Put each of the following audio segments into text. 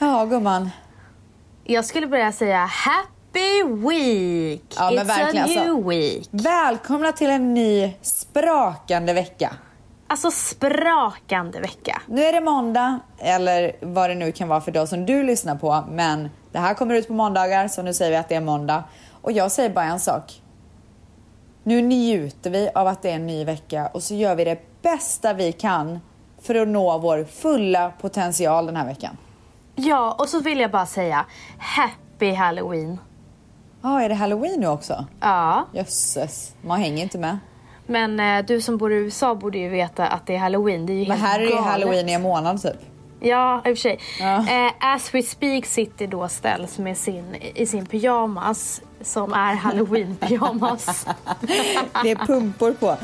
Ja, gumman. Jag skulle börja säga happy week. Ja, men It's verkligen, a new week. Välkomna till en ny sprakande vecka. Alltså sprakande vecka. Nu är det måndag, eller vad det nu kan vara för dag som du lyssnar på. Men det här kommer ut på måndagar, så nu säger vi att det är måndag. Och jag säger bara en sak. Nu njuter vi av att det är en ny vecka och så gör vi det bästa vi kan för att nå vår fulla potential den här veckan. Ja, och så vill jag bara säga happy Halloween. Ja, är det Halloween nu också? Ja. Jösses, man hänger inte med. Men du som bor i USA borde ju veta att det är Halloween. Det är ju Men helt här är det galet. Halloween i en månad typ. Ja, i och för sig. Ja. As we speak sitter då ställs med i sin pyjamas som är Halloween-pyjamas. Det är pumpor på.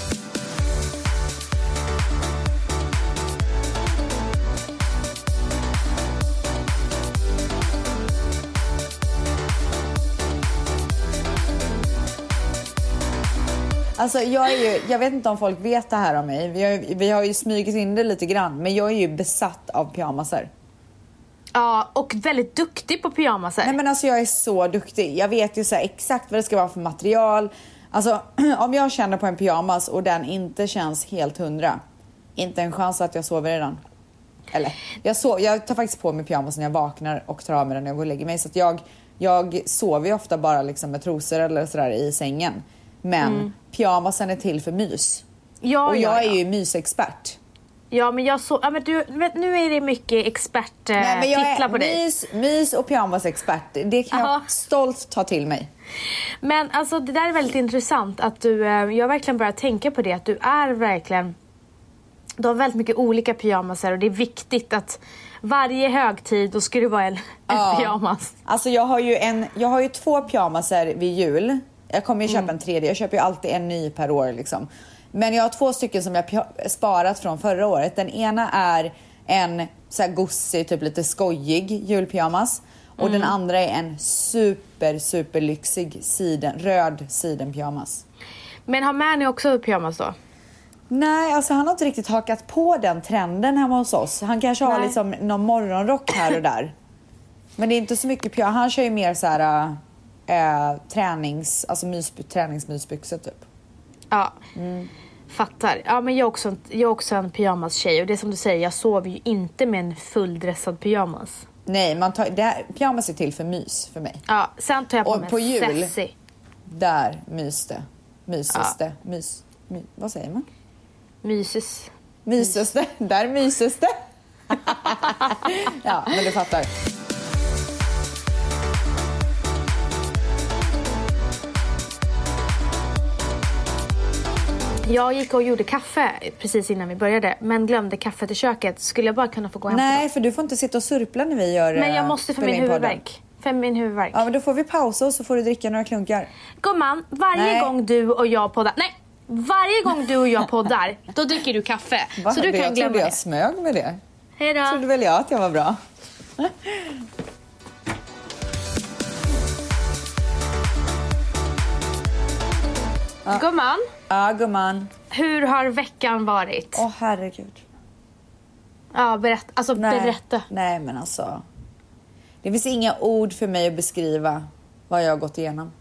Alltså jag vet inte om folk vet det här om mig. Vi har ju smugit in det lite grann. Men jag är ju besatt av pyjamaser. Ja, och väldigt duktig på pyjamaser. Nej men alltså jag är så duktig. Jag vet ju så här exakt vad det ska vara för material. Alltså om jag känner på en pyjamas och den inte känns helt 100. Inte en chans att jag sover i den. Eller jag tar faktiskt på mig pyjamas när jag vaknar och tar av mig den när jag går och lägger mig. Så att jag sover ju ofta bara liksom med trosor eller sådär i sängen. Men pyjamasen är till för mys. Ja, och jag ja. är ju mysexpert. Ja, men nu är det mycket experttitlar på dig. Mys och pyjamasexpert. Det kan jag stolt ta till mig. Men alltså det där är väldigt intressant att jag verkligen börjar tänka på det. Att du har väldigt mycket olika pyjamaser och det är viktigt att varje högtid då ska det vara en pyjamas. Alltså jag har ju 2 pyjamaser vid jul. Jag kommer ju köpa en tredje. Jag köper ju alltid en ny per år liksom. Men jag har 2 stycken som jag sparat från förra året. Den ena är en så här gossig, typ lite skojig julpyjamas. Och den andra är en super lyxig röd sidenpyjamas. Men har Manny också pyjamas då? Nej, alltså han har inte riktigt hakat på den trenden hemma hos oss. Han kanske har liksom någon morgonrock här och där. Men det är inte så mycket pyjamas. Han kör ju mer så här träningsmysbyxor typ. Ja, fattar. Ja, men jag är också en pyjamas-tjej. Och det är som du säger, jag sover ju inte med en fulldressad pyjamas. Nej, pyjamas är till för mys för mig. Ja, sen tar jag på och mig på jul, sessi. där myses det. Vad säger man? Myses. Där myses det. Ja, men du fattar. Jag gick och gjorde kaffe precis innan vi började, men glömde kaffet i köket. Skulle jag bara kunna få gå hem? Nej, för du får inte sitta och surpla när vi gör. Men jag måste för min huvudvärk. Ja, men då får vi pausa och så får du dricka några klunkar. Gumman, varje gång du och jag poddar, då dricker du kaffe. Va? Så du kan glömma det. Jag trodde jag smög med det. Hej då. Trodde väl jag att jag var bra. Gumman? Ja, gumman. Hur har veckan varit? Åh, herregud. Ja, berätta. Nej, men alltså. Det finns inga ord för mig att beskriva vad jag har gått igenom.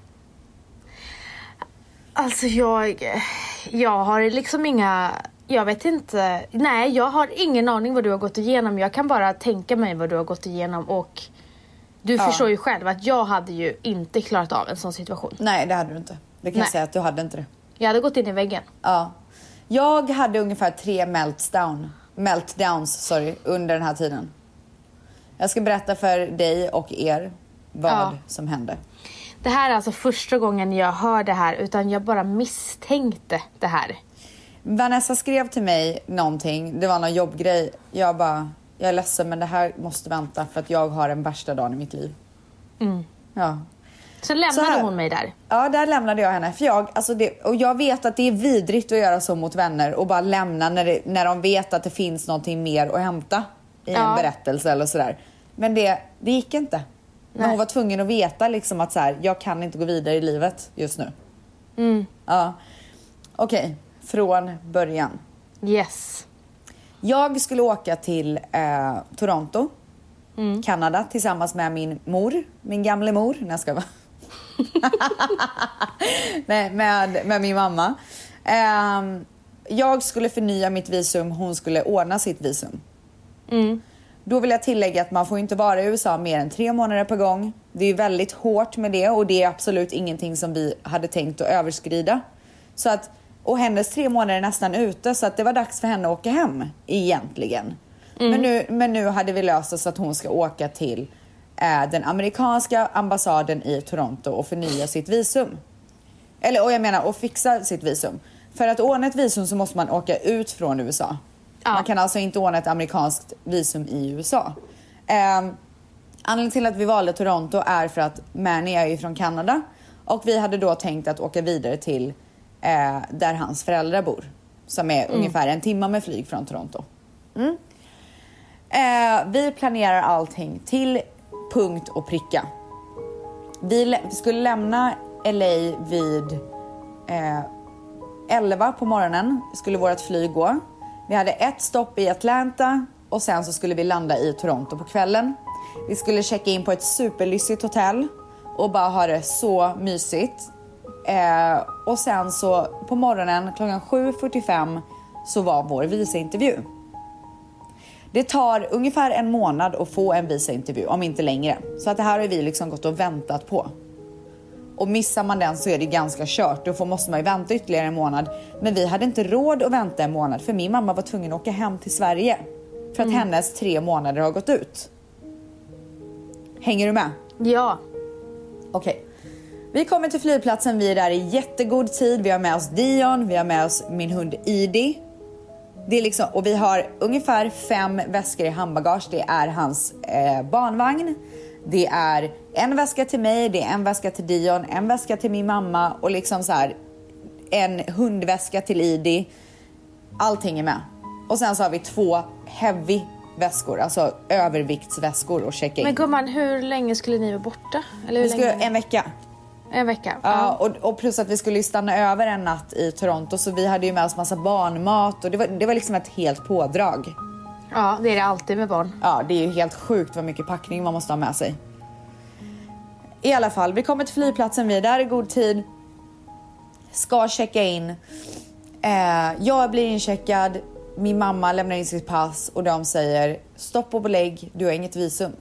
Alltså jag har liksom inga... Jag vet inte. Nej, jag har ingen aning vad du har gått igenom. Jag kan bara tänka mig vad du har gått igenom. Och du förstår ju själv att jag hade ju inte klarat av en sån situation. Nej, det hade du inte. Det kan jag säga att du hade inte det. Jag hade gått in i väggen. Ja. Jag hade ungefär 3 meltdowns under den här tiden. Jag ska berätta för dig och er vad som hände. Det här är alltså första gången jag hör det här, utan jag bara misstänkte det här. Vanessa skrev till mig någonting. Det var någon jobbgrej. Jag är ledsen, men det här måste vänta för att jag har den värsta dagen i mitt liv. Ja. Så lämnade hon mig där? Ja, där lämnade jag henne. För jag vet att det är vidrigt att göra så mot vänner och bara lämna när de vet att det finns någonting mer att hämta i en berättelse eller sådär. Men det gick inte. Men hon var tvungen att veta liksom att så här, jag kan inte gå vidare i livet just nu. Ja. Okej, från början. Yes. Jag skulle åka till Toronto Kanada tillsammans med min gamla mor. Nej, ska jag Nej, med min mamma. Jag skulle förnya mitt visum, hon skulle ordna sitt visum. Då vill jag tillägga att man får inte vara i USA mer än 3 månader per gång. Det är väldigt hårt med det och det är absolut ingenting som vi hade tänkt att överskrida. Så att, och hennes 3 månader är nästan ute, så att det var dags för henne att åka hem egentligen. Men nu hade vi löst det så att hon ska åka till den amerikanska ambassaden i Toronto och förnya sitt visum. Och fixa sitt visum. För att ordna ett visum så måste man åka ut från USA. Ja. Man kan alltså inte ordna ett amerikanskt visum i USA. Anledningen till att vi valde Toronto är för att Manny är ju från Kanada. Och vi hade då tänkt att åka vidare till där hans föräldrar bor. Som är ungefär 1 timme med flyg från Toronto. Vi planerar allting till punkt och pricka. Vi skulle lämna LA vid 11 på morgonen. Skulle vårt flyg gå. Vi hade ett stopp i Atlanta och sen så skulle vi landa i Toronto på kvällen. Vi skulle checka in på ett superlyssigt hotell och bara ha det så mysigt. Och sen så på morgonen klockan 7:45 så var vår visaintervju. Det tar ungefär 1 månad att få en visaintervju, om inte längre. Så att det här har vi liksom gått och väntat på. Och missar man den så är det ganska kört. Då måste man ju vänta ytterligare 1 månad. Men vi hade inte råd att vänta 1 månad. För min mamma var tvungen att åka hem till Sverige. För att hennes 3 månader har gått ut. Hänger du med? Ja. Okej. Vi kommer till flygplatsen. Vi är där i jättegod tid. Vi har med oss Dion. Vi har med oss min hund Idi. Det är liksom, och vi har ungefär 5 väskor i handbagage. Det är hans barnvagn. Det är en väska till mig, det är en väska till Dion, en väska till min mamma och liksom så här en hundväska till Idi. Allting är med. Och sen så har vi 2 heavy väskor, alltså överviktsväskor och checka in. Men gumman, hur länge skulle ni vara borta? Eller vi skulle 1 vecka. 1 vecka? Ja, och plus att vi skulle stanna över en natt i Toronto, så vi hade ju med oss massa barnmat och det var liksom ett helt pådrag. Ja, det är det alltid med barn. Ja, det är ju helt sjukt vad mycket packning man måste ha med sig. I alla fall, vi kommer till flygplatsen, vi är där i god tid. Ska checka in. Jag blir incheckad. Min mamma lämnar in sitt pass och de säger stopp och belägg, du har inget visum.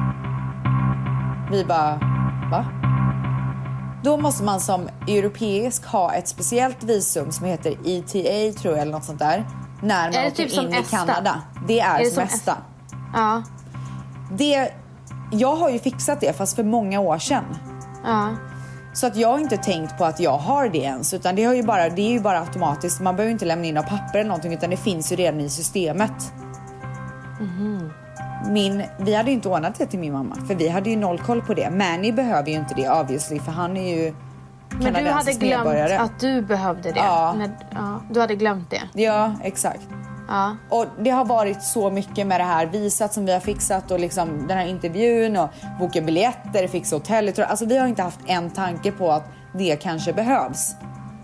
Vi bara, va? Då måste man som europeisk ha ett speciellt visum som heter ETA tror jag eller något sånt där. När man åker typ in i Kanada. Det är som ESTA. Ja. Jag har ju fixat det fast för många år sedan. Ja. Så att jag har inte tänkt på att jag har det ens. Utan det är ju bara automatiskt. Man behöver inte lämna in några papper eller någonting. Utan det finns ju redan i systemet. Vi hade ju inte ordnat det till min mamma. För vi hade ju noll koll på det. Manny behöver ju inte det obviously. För han är ju men du hade glömt att du behövde det. Ja. Du hade glömt det. Ja, exakt. Ja. Och det har varit så mycket med det här visat som vi har fixat. Och liksom den här intervjun och boka biljetter, fixa hotellet. Alltså vi har inte haft en tanke på att det kanske behövs.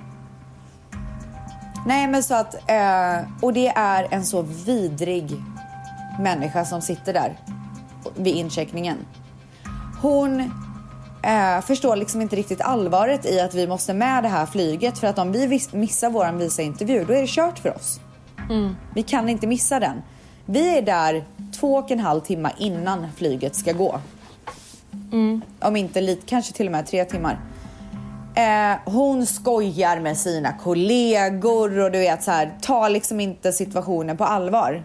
Nej men så att och det är en så vidrig människa som sitter där vid incheckningen. Hon förstår liksom inte riktigt allvaret i att vi måste med det här flyget. För att om vi missar våran visaintervju, då är det kört för oss. Vi kan inte missa den. Vi är där 2,5 timmar innan flyget ska gå. Om inte kanske till och med 3 timmar. Hon skojar med sina kollegor och du vet så här, tar liksom inte situationen på allvar.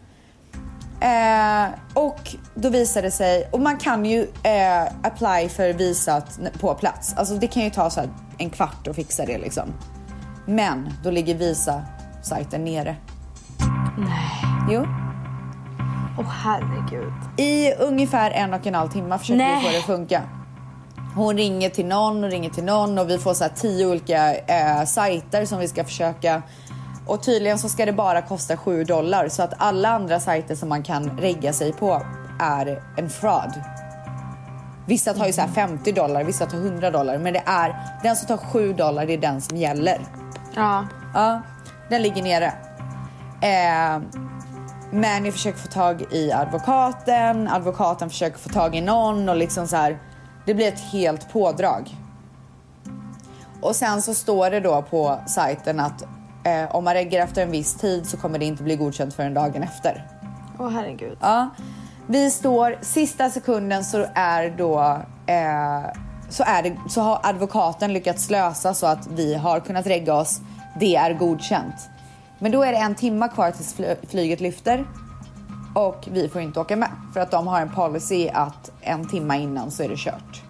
Och då visar det sig, och man kan ju apply för visat på plats. Alltså det kan ju ta så här 1 kvart att fixa det liksom. Men då ligger visa-sajten nere. Nej. Jo. Herregud. I ungefär 1,5 timmar försöker vi få det att funka. Hon ringer till någon och vi får så här 10 olika sajter som vi ska försöka. Och tydligen så ska det bara kosta $7. Så att alla andra sajter som man kan regga sig på är en fraud. Vissa tar ju så här $50, vissa tar $100. Men det är den som tar $7, det är den som gäller. Ja. Ja, den ligger nere. Manny försöker få tag i advokaten försöker få tag i någon och liksom så här, det blir ett helt pådrag. Och sen så står det då på sajten att om man reggar efter en viss tid så kommer det inte bli godkänt förrän dagen efter. Åh herregud. Ja, vi står sista sekunden så är då så har advokaten lyckats lösa så att vi har kunnat regga oss. Det är godkänt. Men då är det 1 timme kvar tills flyget lyfter. Och vi får inte åka med. För att de har en policy att 1 timme innan så är det kört.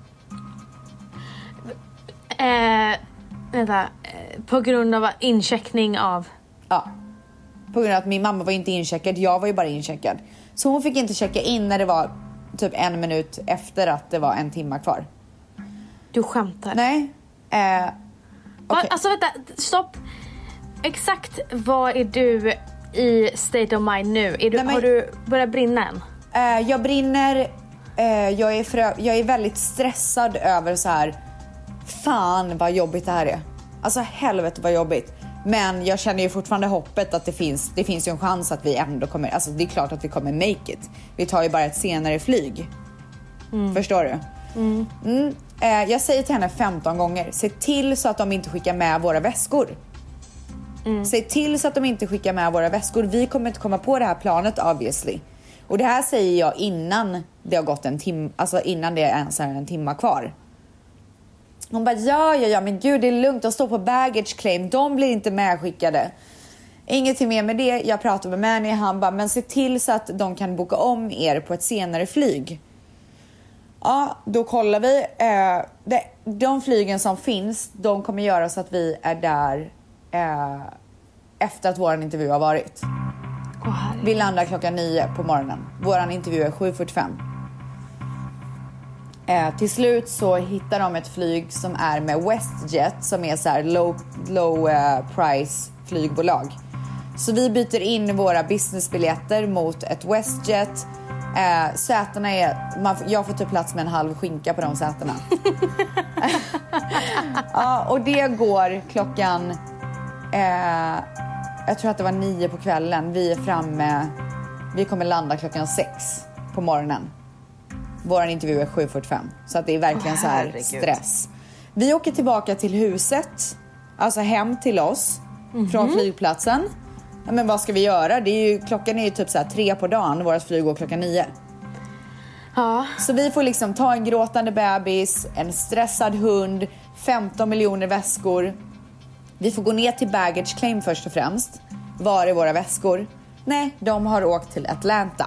På grund av incheckning av... Ja. På grund av att min mamma var inte incheckad. Jag var ju bara incheckad. Så hon fick inte checka in när det var typ 1 minut efter att det var 1 timme kvar. Du skämtar? Nej. Okay. Alltså vänta, stopp. Exakt vad är du i state of mind nu? Har du börjat brinna än? Jag brinner. Jag är väldigt stressad över så här. Fan vad jobbigt det här är. Alltså helvete vad jobbigt. Men jag känner ju fortfarande hoppet att det finns ju en chans att vi ändå kommer. Alltså det är klart att vi kommer make it. Vi tar ju bara ett senare flyg. Förstår du? Jag säger till henne 15 gånger. Se till så att de inte skickar med våra väskor. Se till så att de inte skickar med våra väskor. Vi kommer inte komma på det här planet obviously. Och det här säger jag innan det har gått en timme. Alltså innan det är ens en timme kvar. Hon bara ja men gud det är lugnt. De står på baggage claim. De blir inte medskickade. Ingenting mer med det. Jag pratar med Manny. Han bara men se till så att de kan boka om er på ett senare flyg. Ja, då kollar vi. De flygen som finns, de kommer göra så att vi är där efter att vår intervju har varit. Vi landar 9:00 på morgonen. Vår intervju är 7:45. Till slut så hittar de ett flyg som är med WestJet som är så här low price flygbolag. Så vi byter in våra businessbiljetter mot ett WestJet. Sätena är jag får typ plats med en halv skinka på de sätena. Ja, och det går klockan jag tror att det var 9 på kvällen. Vi är framme. Vi kommer landa 6:00 på morgonen. Vår intervju är 7:45. Så att det är verkligen så här stress. Vi åker tillbaka till huset. Alltså hem till oss. Från flygplatsen. Ja, men vad ska vi göra? Klockan är ju typ så här 3 på dagen. Vårt flyg går 9:00. Ja. Så vi får liksom ta en gråtande bebis. En stressad hund. 15 miljoner väskor. Vi får gå ner till baggage claim först och främst. Var är våra väskor? Nej, de har åkt till Atlanta.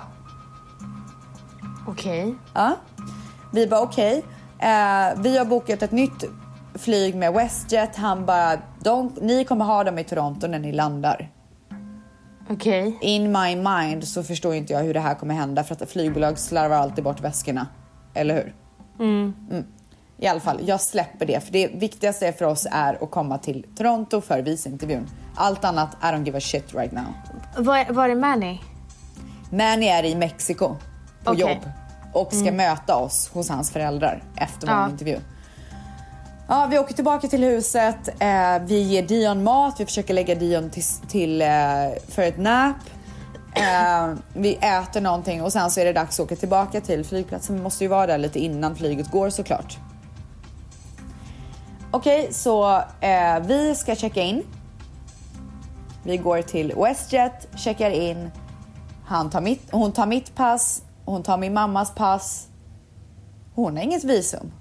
Okej. Ja. Vi bara okej. Vi har bokat ett nytt flyg med WestJet. Han bara, ni kommer ha dem i Toronto när ni landar. Okej. In my mind så förstår inte jag hur det här kommer hända. För att flygbolag slarvar alltid bort väskorna. Eller hur? I alla fall, jag släpper det. För det viktigaste för oss är att komma till Toronto för visintervjun. Allt annat, I don't give a shit right now. Var är Manny? Manny är i Mexiko på jobb. Och ska möta oss hos hans föräldrar efter vår intervju. Ja, vi åker tillbaka till huset. Vi ger Dion mat. Vi försöker lägga Dion till för ett nap. Vi äter någonting och sen så är det dags att åka tillbaka till flygplatsen. Vi måste ju vara där lite innan flyget går såklart. Okej, så vi ska checka in. Vi går till WestJet, checkar in. Hon tar mitt pass. Hon tar min mammas pass. Hon har inget visum.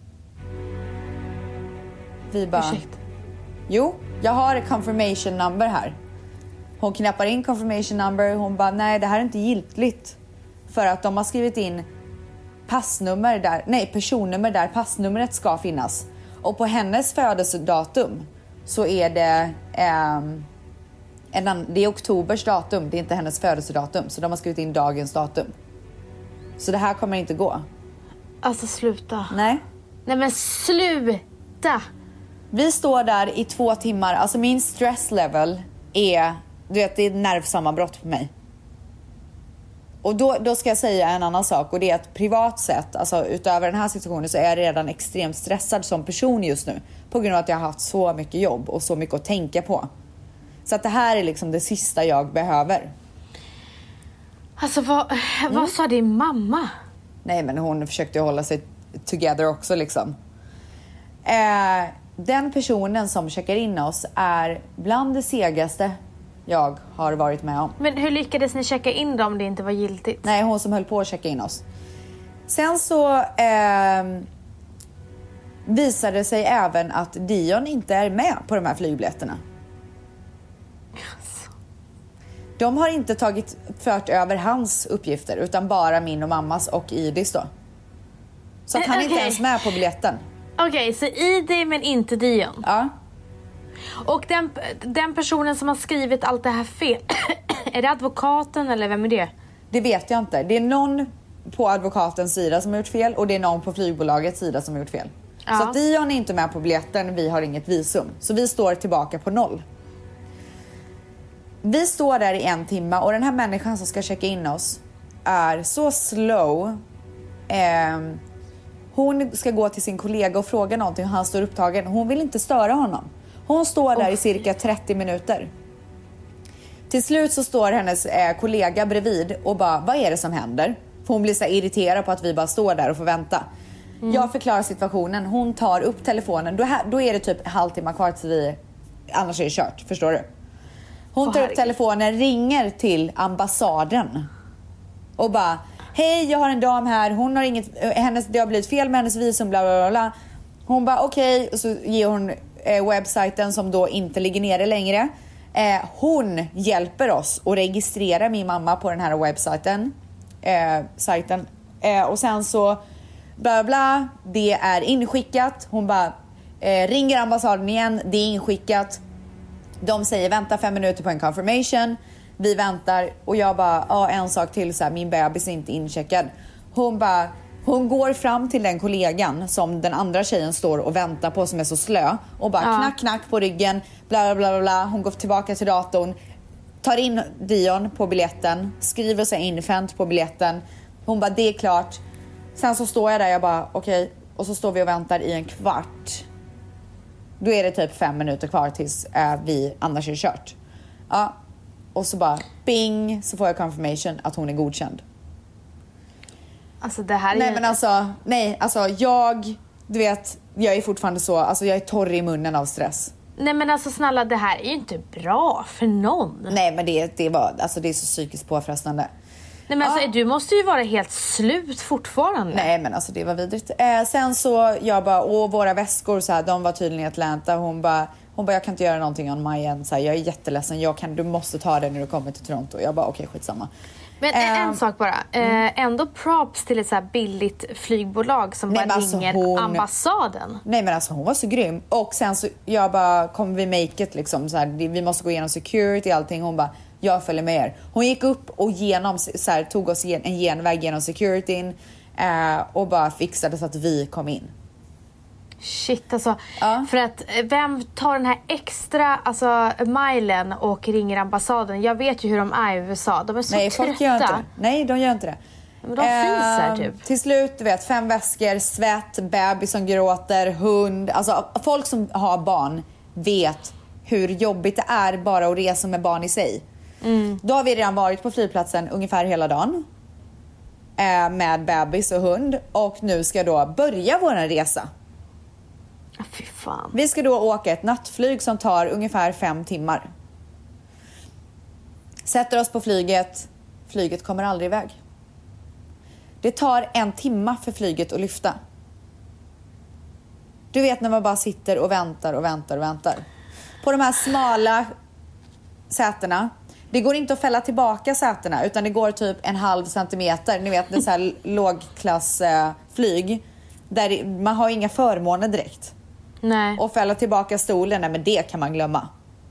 Vi bara... Ursäkta. Jo, jag har ett confirmation number här. Hon knappar in confirmation number. Hon bara, nej det här är inte giltigt. För att de har skrivit in personnummer där passnumret ska finnas. Och på hennes födelsedatum så är det... det är oktobers datum. Det är inte hennes födelsedatum. Så de har skrivit in dagens datum. Så det här kommer inte gå. Alltså sluta. Nej. Nej men sluta. Vi står där i 2 timmar. Alltså min stress level är... Du vet, det är nervsammanbrott på mig. Och då ska jag säga en annan sak. Och det är att privat sett, alltså utöver den här situationen, så är jag redan extremt stressad som person just nu. På grund av att jag har haft så mycket jobb och så mycket att tänka på. Så att det här är liksom det sista jag behöver. Alltså vad sa din mamma? Nej, men hon försökte hålla sig together också liksom. Den personen som checkar in oss är bland det segaste jag har varit med om. Men hur lyckades ni checka in dem om det inte var giltigt? Nej, hon som höll på att checka in oss. Sen så visade det sig även att Dion inte är med på de här flygbiljetterna. Alltså. De har inte fört över hans uppgifter utan bara min och mammas och Idis då. Så att han är inte ens med på biljetten. Okej, så Idi men inte Dion. Ja. Och den personen som har skrivit allt det här fel, är det advokaten eller vem är det? Det vet jag inte. Det är någon på advokatens sida som har gjort fel och det är någon på flygbolagets sida som har gjort fel. Ja. Så att Dion är inte med på biljetten, vi har inget visum. Så vi står tillbaka på 0. Vi står där i 1 timme och den här människan som ska checka in oss är så slow. Hon ska gå till sin kollega och fråga någonting och han står upptagen. Hon vill inte störa honom. Hon står där i cirka 30 minuter. Till slut så står hennes kollega bredvid och bara, vad är det som händer? För hon blir så irriterad på att vi bara står där och får vänta. Jag förklarar situationen. Hon tar upp telefonen. Då är det typ halvtimme kvar till vi, annars är det kört, förstår du? Hon tar upp telefonen, ringer till ambassaden och bara, hej, jag har en dam här. Hon har det har blivit fel med hennes visum, bla bla bla. Hon bara, okej. Och så ger hon webbsajten som då inte ligger nere längre. Hon hjälper oss att registrera min mamma på den här webbsajten. Och sen så bla bla, det är inskickat. Hon bara ringer ambassaden igen, det är inskickat. De säger vänta 5 minuter på en confirmation. Vi väntar och jag bara, en sak till så här, min bebis är inte incheckad. Hon går fram till den kollegan som den andra tjejen står och väntar på som är så slö och bara knack knack på ryggen, bla bla bla bla. Hon går tillbaka till datorn, tar in Dion på biljetten, skriver sig infant på biljetten. Hon bara, det är klart. Sen så står jag där, jag bara okej. Och så står vi och väntar i 1 kvart. Då är det typ 5 minuter kvar tills vi annars är kört. Ja. Och så bara bing, så får jag confirmation att hon är godkänd. Alltså det här är... Nej, du vet, jag är fortfarande så, alltså jag är torr i munnen av stress. Nej men alltså snälla, det här är ju inte bra för någon. Nej men det är så psykiskt påfrestande. Nej men alltså du måste ju vara helt slut fortfarande. Nej men alltså det var vidrigt. Sen så jag bara, våra väskor så här, de var tydligen i Atlanta. Hon bara, jag kan inte göra någonting on my end. Så här, jag är jätteledsen, du måste ta det när du kommer till Toronto. Jag bara okej, skitsamma. Men en sak bara, ändå props till ett så här billigt flygbolag som bara ringer ambassaden. Nej men alltså hon var så grym. Och sen så jag bara, kommer vi make it liksom så här, vi måste gå igenom security och allting. Hon bara, jag följer med er. Hon gick upp och tog oss en genväg genom securityn och bara fixade så att vi kom in. Shit alltså, för att vem tar den här extra milen och ringer ambassaden? Jag vet ju hur de är i USA, de är så trötta. Folk gör inte. Nej, de gör inte det. Men de fiser typ. Till slut, du vet, 5 väskor, svett, bebis som gråter, hund. Alltså folk som har barn vet hur jobbigt det är bara att resa med barn i sig. Då har vi redan varit på flygplatsen ungefär hela dagen med bebis och hund. Och nu ska då börja vår resa. Fy fan. Vi ska då åka ett nattflyg som tar ungefär 5 timmar. Sätter oss på flyget. Flyget kommer aldrig iväg. Det tar 1 timme för flyget att lyfta. Du vet när man bara sitter och väntar och väntar och väntar. På de här smala sätena. Det går inte att fälla tillbaka sätena utan det går typ 0,5 centimeter. Ni vet, det är så här lågklassflyg där man har inga förmåner direkt. Nej. Och fälla tillbaka stolen, nej, men det kan man glömma.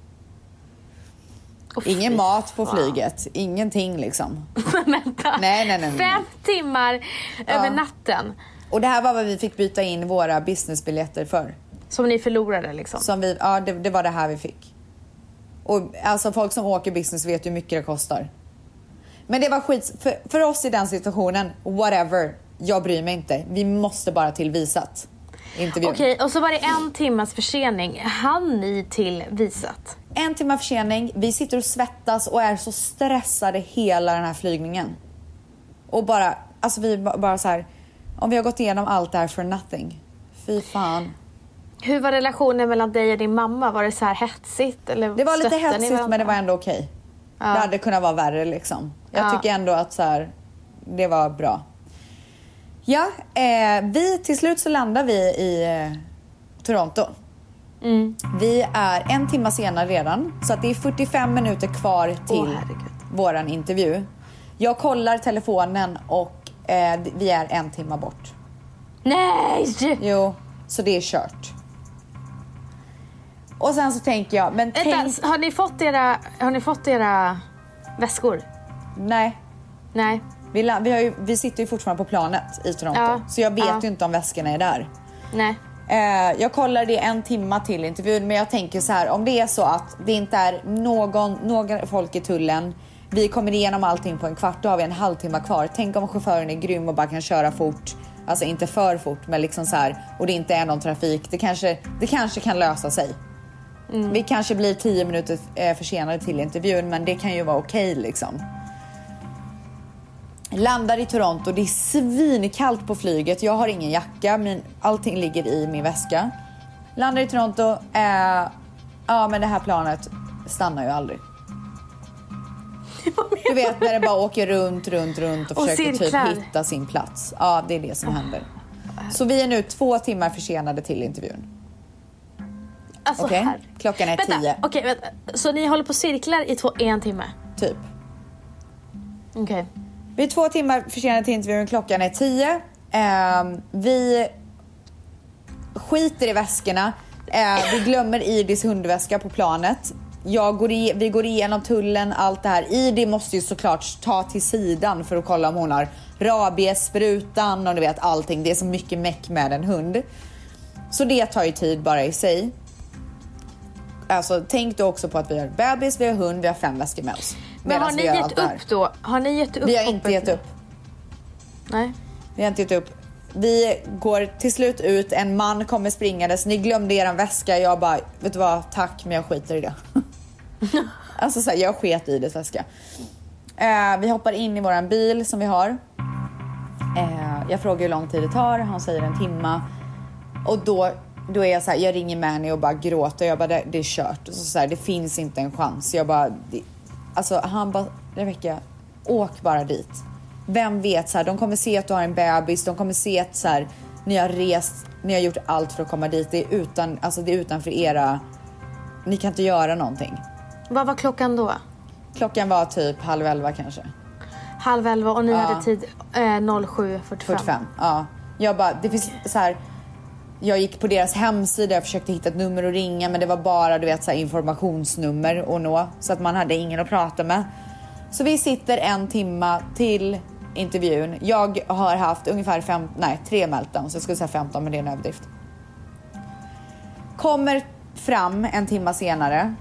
Ingen mat på flyget, ingenting liksom. Vänta. Nej. 5 timmar över natten. Och det här var vad vi fick byta in våra businessbiljetter för. Som ni förlorade liksom? Det var det här vi fick. Och alltså folk som åker business vet ju hur mycket det kostar. Men det var skit för oss i den situationen. Whatever, jag bryr mig inte. Vi måste bara tillvisat. intervjun. Okej, och så var det 1 timmas försening. Han ni till visat? 1 timme försening. Vi sitter och svettas och är så stressade hela den här flygningen. Och bara, alltså vi bara så här, om vi har gått igenom allt det här for nothing. Fy fan. Hur var relationen mellan dig och din mamma? Var det så här hetsigt? Eller det var lite hetsigt, men det var ändå okej. Ja. Det hade kunnat vara värre liksom. Jag tycker ändå att så här, det var bra. Ja, vi till slut så landar vi i Toronto. Vi är 1 timme senare redan. Så att det är 45 minuter kvar till våran intervju. Jag kollar telefonen och vi är 1 timme bort. Nej! Jo, så det är kört. Och sen så tänker jag, men tänk... Har ni fått era väskor? Nej. Nej. Vi sitter ju fortfarande på planet i Toronto. Så jag vet ju inte om väskorna är där. Nej. Jag kollar det 1 timme till intervjun. Men jag tänker så här, om det är så att det inte är några folk i tullen, vi kommer igenom allting på en kvart, då har vi en halvtimme kvar. Tänk om chauffören är grym och bara kan köra fort. Alltså inte för fort, men liksom så här, och det inte är någon trafik. Det kanske kan lösa sig. Vi kanske blir 10 minuter försenade till intervjun, men det kan ju vara okej liksom. Landar i Toronto, det är svinkallt på flyget. Jag har ingen jacka, men allting ligger i min väska. Landar i Toronto, men det här planet stannar ju aldrig. Du vet när det bara åker runt och försöker typ hitta sin plats. Ja, det är det som händer. Så vi är nu 2 timmar försenade till intervjun. Alltså, okej? Klockan är 10. Okej, vänta. Så ni håller på cirklar i 1 timme? Typ. Okej. Vi är 2 timmar försenade till intervjun, klockan är 10. Vi skiter i väskorna. Vi glömmer Idis hundväska på planet. Vi går igenom tullen, allt det här. Idi måste ju såklart ta till sidan för att kolla om hon har rabiessprutan och du vet allting. Det är så mycket meck med en hund. Så det tar ju tid bara i sig. Alltså tänk då också på att vi har bebis, vi har hund, vi har 5 väskor med oss. Men har ni gett upp då? Har ni gett upp? Vi har inte gett upp. Nej. Vi har inte gett upp. Vi går till slut ut, en man kommer springandes. Ni glömde er väska. Jag bara, vet du vad, tack, men jag skiter i det. Alltså så här, jag sket i det väska. Vi hoppar in i våran bil som vi har. Jag frågar hur lång tid det tar. Han säger 1 timme. Och då är jag så här, jag ringer Manny och bara gråter. Jag bara, det är kört. Så här, det finns inte en chans. Jag bara, han bara, Rebecca, åk bara dit. Vem vet, så här, de kommer se att du har en bebis. De kommer se att så här, ni har rest, ni har gjort allt för att komma dit. Det är utanför era, ni kan inte göra någonting. Vad var klockan då? Klockan var typ 10:30 kanske. 10:30 och ni hade tid 07:45. 45, ja. Jag bara, det finns så här, jag gick på deras hemsida, jag försökte hitta ett nummer att ringa, men det var bara, du vet, så här, informationsnummer att nå, så att man hade ingen att prata med. Så vi sitter 1 timme till intervjun. Jag har haft ungefär 3 meltdowns, jag skulle säga 15, men det är en överdrift. Kommer fram 1 timme senare.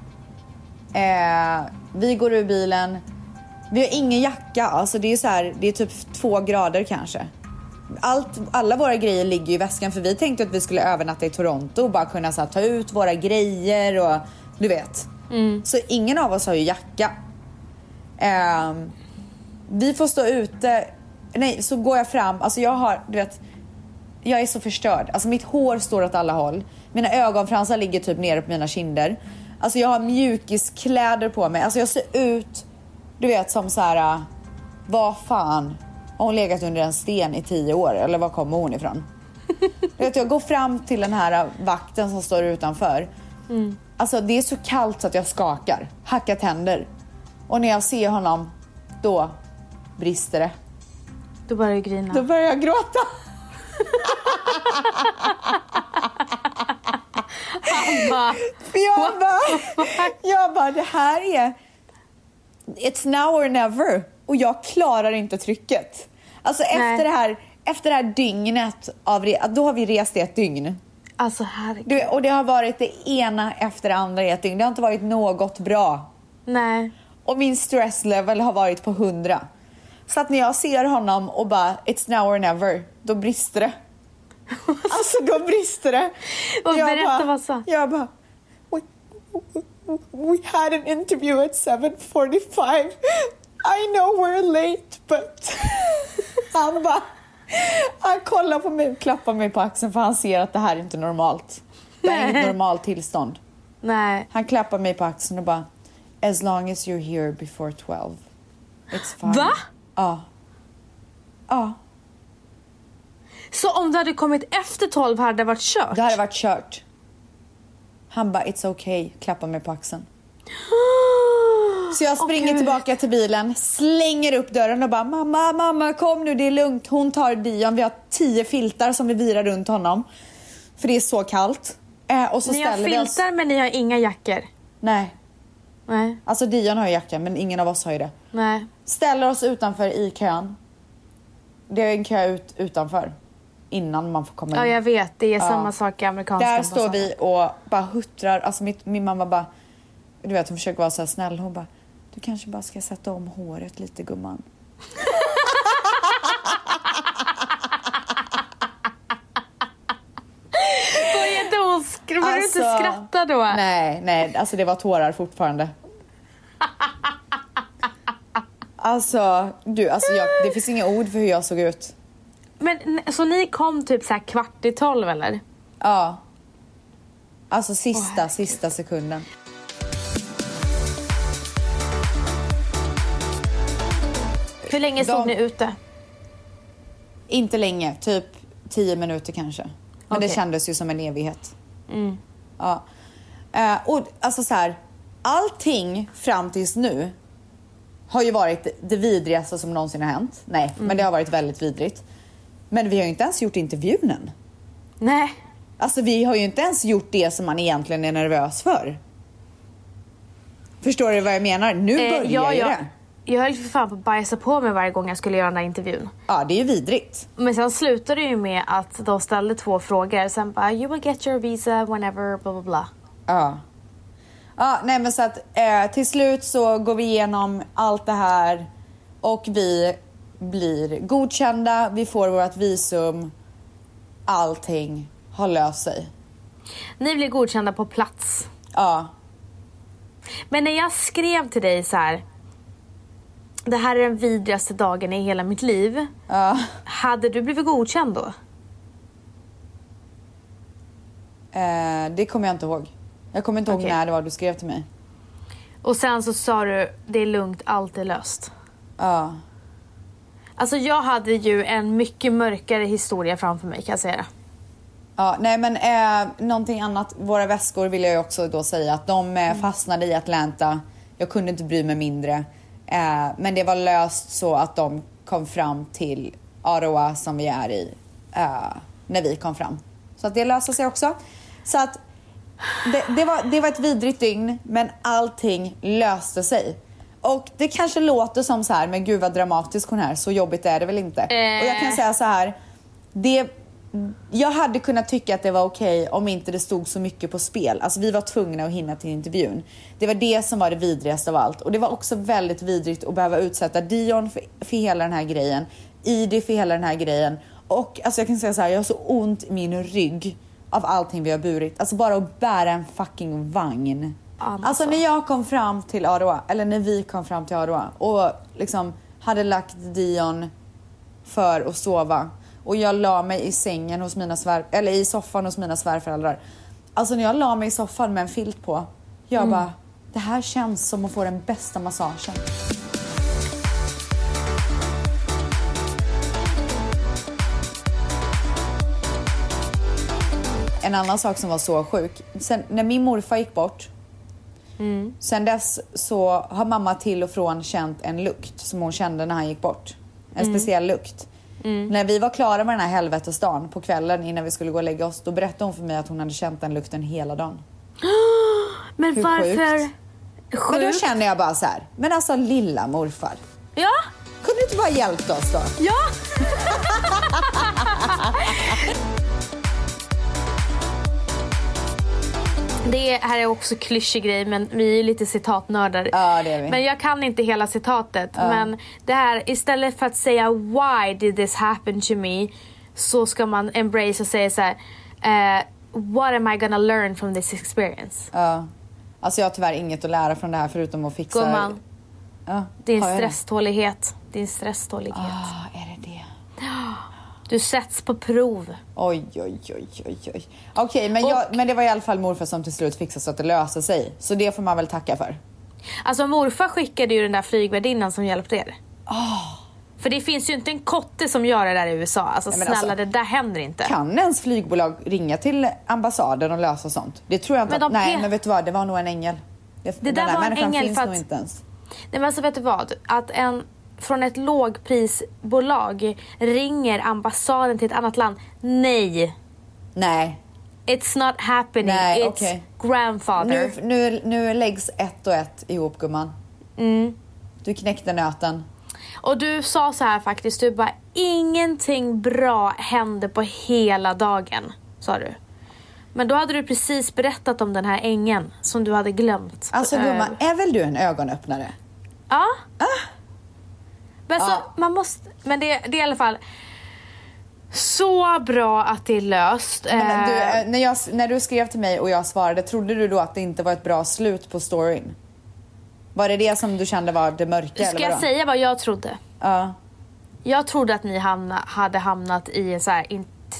Vi går ur bilen. Vi har ingen jacka, alltså det är så här, det är typ 2 grader kanske. Alla våra grejer ligger i väskan, för vi tänkte att vi skulle övernatta i Toronto och bara kunna så här, ta ut våra grejer och du vet. Så ingen av oss har ju jacka. Vi får stå ute. Nej, så går jag fram. Alltså jag är så förstörd. Alltså mitt hår står åt alla håll. Mina ögonfransar ligger typ nere på mina kinder. Alltså jag har mjukiskläder på mig. Alltså jag ser ut, du vet, som så här, vad fan, har hon legat under en sten i 10 år? Eller var kommer hon ifrån? Du vet, jag går fram till den här vakten som står utanför. Alltså det är så kallt så att jag skakar. Hackar tänder. Och när jag ser honom, då brister det. Då börjar du grina. Då börjar jag gråta. Jag bara, det här är, it's now or never. Och jag klarar inte trycket. Alltså efter det här dygnet då har vi rest i 1 dygn. Alltså herregud. Och det har varit det ena efter det andra i 1 dygn. Det har inte varit något bra. Nej. Och min stresslevel har varit på 100. Så att när jag ser honom och bara, it's now or never, då brister det. Alltså då brister det. Och berätta vad så. Jag bara, we had an interview at 7:45. I know we're late, but... Han kollar på mig och klappar mig på axeln för han ser att det här är inte normalt. Det är inget normalt tillstånd. Nej. Han klappar mig på axeln och bara, as long as you're here before 12. It's fine. Va? Ja. Ja. Så om du hade kommit efter 12 hade det varit kört? Det hade varit kört. Han bara, it's okay. Klappar mig på axeln. Så jag springer tillbaka till bilen, slänger upp dörren och bara, mamma kom nu, det är lugnt. Hon tar Dion, vi har 10 filtar som vi virar runt honom. För det är så kallt. Och så ni har filtar men ni har inga jackor? Nej. Nej. Alltså Dion har ju jacka men ingen av oss har ju det. Nej. Ställer oss utanför i kön. Det är en kö utanför. Innan man får komma in. Ja, jag vet. Det är samma sak i amerikanska. Där står vi och bara huttrar. Alltså min mamma bara... Du vet, hon försöker vara så här snäll. Hon bara, du kanske bara ska sätta om håret lite, gumman. Började du inte skratta då? Nej, alltså det var tårar fortfarande. Alltså, det finns inga ord för hur jag såg ut. Men så ni kom typ så här 11:15 eller? Ja. Alltså sista sekunden. Hur länge stod ni ute? Inte länge, typ 10 minuter kanske. Men det kändes ju som en evighet. Mm. Ja. Och alltså så här, allting fram tills nu har ju varit det vidrigaste som någonsin har hänt. Nej, men det har varit väldigt vidrigt. Men vi har ju inte ens gjort intervjun än. Nej. Alltså vi har ju inte ens gjort det som man egentligen är nervös för. Förstår du vad jag menar? Nu börjar ju det. Jag höll för fan på att bajsa på mig varje gång jag skulle göra den där intervjun. Ja, det är ju vidrigt. Men sen slutade det ju med att de ställde 2 frågor. Sen bara, you will get your visa whenever, bla bla bla. Ja. Ja, nej men så att till slut så går vi igenom allt det här. Och vi blir godkända. Vi får vårt visum. Allting har löst sig. Ni blir godkända på plats. Ja. Men när jag skrev till dig så här, det här är den vidrigaste dagen i hela mitt liv. Ja. Hade du blivit godkänd då? Det kommer jag inte ihåg. Jag kommer inte ihåg när det var du skrev till mig. Och sen så sa du, det är lugnt, allt är löst. Ja. Alltså jag hade ju en mycket mörkare historia framför mig, kan jag säga det. Ja, nej men någonting annat. Våra väskor vill jag ju också då säga att de fastnade i Atlanta. Jag kunde inte bry mig mindre. Men det var löst så att de kom fram till Ottawa som vi är i när vi kom fram. Så att det löste sig också. Så att det var ett vidrigt dygn, men allting löste sig. Och det kanske låter som så här, men gud vad dramatisk hon är. Så jobbigt är det väl inte. Och jag kan säga så här, jag hade kunnat tycka att det var okej om inte det stod så mycket på spel. Alltså vi var tvungna att hinna till intervjun. Det var det som var det vidrigaste av allt. Och det var också väldigt vidrigt att behöva utsätta Dion för hela den här grejen. Id för hela den här grejen. Och alltså jag kan säga så här, jag har så ont i min rygg av allting vi har burit. Alltså bara att bära en fucking vagn. Alltså när jag kom fram till Ottawa, eller när vi kom fram till Ottawa och liksom hade lagt Dion för att sova. Och jag la mig i sängen hos i soffan hos mina svärföräldrar. Alltså när jag la mig i soffan med en filt på, jag bara, det här känns som att få den bästa massagen. En annan sak som var så sjuk. Sen när min morfar gick bort, sen dess så har mamma till och från känt en lukt som hon kände när han gick bort. En speciell lukt. När vi var klara med den här helvetesdagen på kvällen innan vi skulle gå och lägga oss, då berättade hon för mig att hon hade känt den lukten hela dagen. Men hur varför? Sjukt? Men då känner jag bara så här, men alltså lilla morfar. Ja. Kunde du inte bara hjälpt oss då? Ja. Det här är också klyschig grej, men vi är lite citatnördar. Ja, det är vi. Men jag kan inte hela citatet. Men det här, istället för att säga why did this happen to me, så ska man embrace och säga så här: what am I gonna learn from this experience? Ja. Alltså jag har tyvärr inget att lära från det här förutom att fixa... Gumman, ja, din stresstålighet. Din stresstålighet. Är det det? Du sätts på prov. Oj. Okej, men det var i alla fall morfar som till slut fixade så att det löser sig. Så det får man väl tacka för. Alltså morfar skickade ju den där flygvärdinnan som hjälpte er. För det finns ju inte en kotte som gör det där i USA. Alltså snälla, det där händer inte. Kan ens flygbolag ringa till ambassaden och lösa sånt? Det tror jag inte. Men vet du vad, det var nog en ängel. Det där var en ängel finns för nog inte ens. Nej, men alltså vet du vad? Att från ett lågprisbolag ringer ambassaden till ett annat land. Nej. It's not happening. Nej, it's grandfather. Nu läggs 1 och 1 ihop, gumman. Du knäckte nöten. Och du sa så här faktiskt. Du bara, ingenting bra hände på hela dagen, sa du. Men då hade du precis berättat om den här ängeln som du hade glömt. Alltså gumman, är väl du en ögonöppnare? Ja. Men så, man måste... Men det är i alla fall så bra att det är löst. Men när du skrev till mig och jag svarade, trodde du då att det inte var ett bra slut på storyn? Var det som du kände var det mörka? Ska jag säga vad jag trodde? Ja. Jag trodde att ni hade hamnat i en så här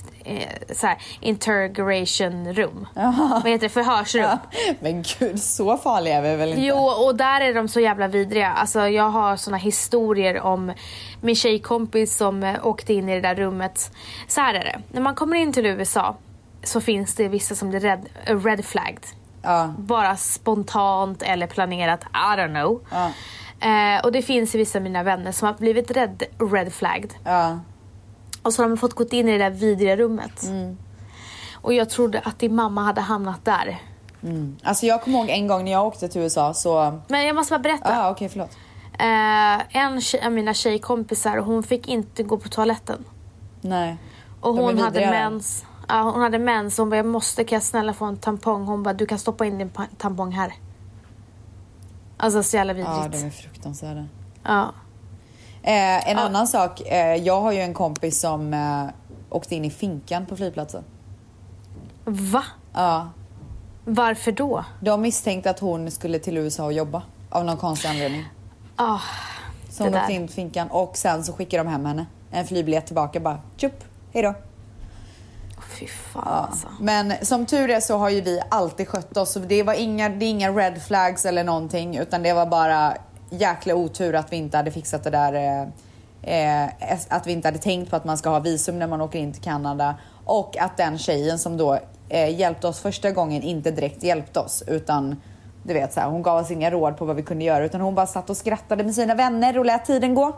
interrogation room. Vad heter det? Förhörsrum. Ja. Men gud, så farliga är vi väl inte? Jo, och där är de så jävla vidriga. Alltså jag har såna historier om min tjejkompis som åkte in i det där rummet. Så här är det. När man kommer in till USA så finns det vissa som blir red flagged. Ja. Bara spontant eller planerat, I don't know. Ja. Och det finns vissa av mina vänner som har blivit red flagged. Ja. Och så har de fått gått in i det där vidriga rummet. Och jag trodde att din mamma hade hamnat där. Alltså jag kommer ihåg en gång när jag åkte till USA så... Men jag måste bara berätta. Okej, förlåt. En av mina tjejkompisar, hon fick inte gå på toaletten. Nej. Och hon hade mens. Ja, hon hade mens. Hon bara, kan jag snälla få en tampong? Hon bara, du kan stoppa in din tampong här. Alltså så jävla vidrigt. Ja, de är fruktansvärda. Ja. En annan sak. Jag har ju en kompis som åkte in i finkan på flygplatsen. Va? Ja. Varför då? De misstänkte att hon skulle till USA och jobba. Av någon konstig anledning. Så hon åkte in i finkan. Och sen så skickade de hem henne. En flygbiljett tillbaka. Bara, tjup, hejdå. Fy fan alltså. Men som tur är så har ju vi alltid skött oss. Så det är inga red flags eller någonting. Utan det var bara jäkla otur att vi inte hade fixat det där. Att vi inte hade tänkt på att man ska ha visum när man åker in till Kanada. Och att den tjejen som då hjälpte oss första gången inte direkt hjälpte oss. Utan du vet så här, hon gav oss inga råd på vad vi kunde göra. Utan hon bara satt och skrattade med sina vänner och lät tiden gå.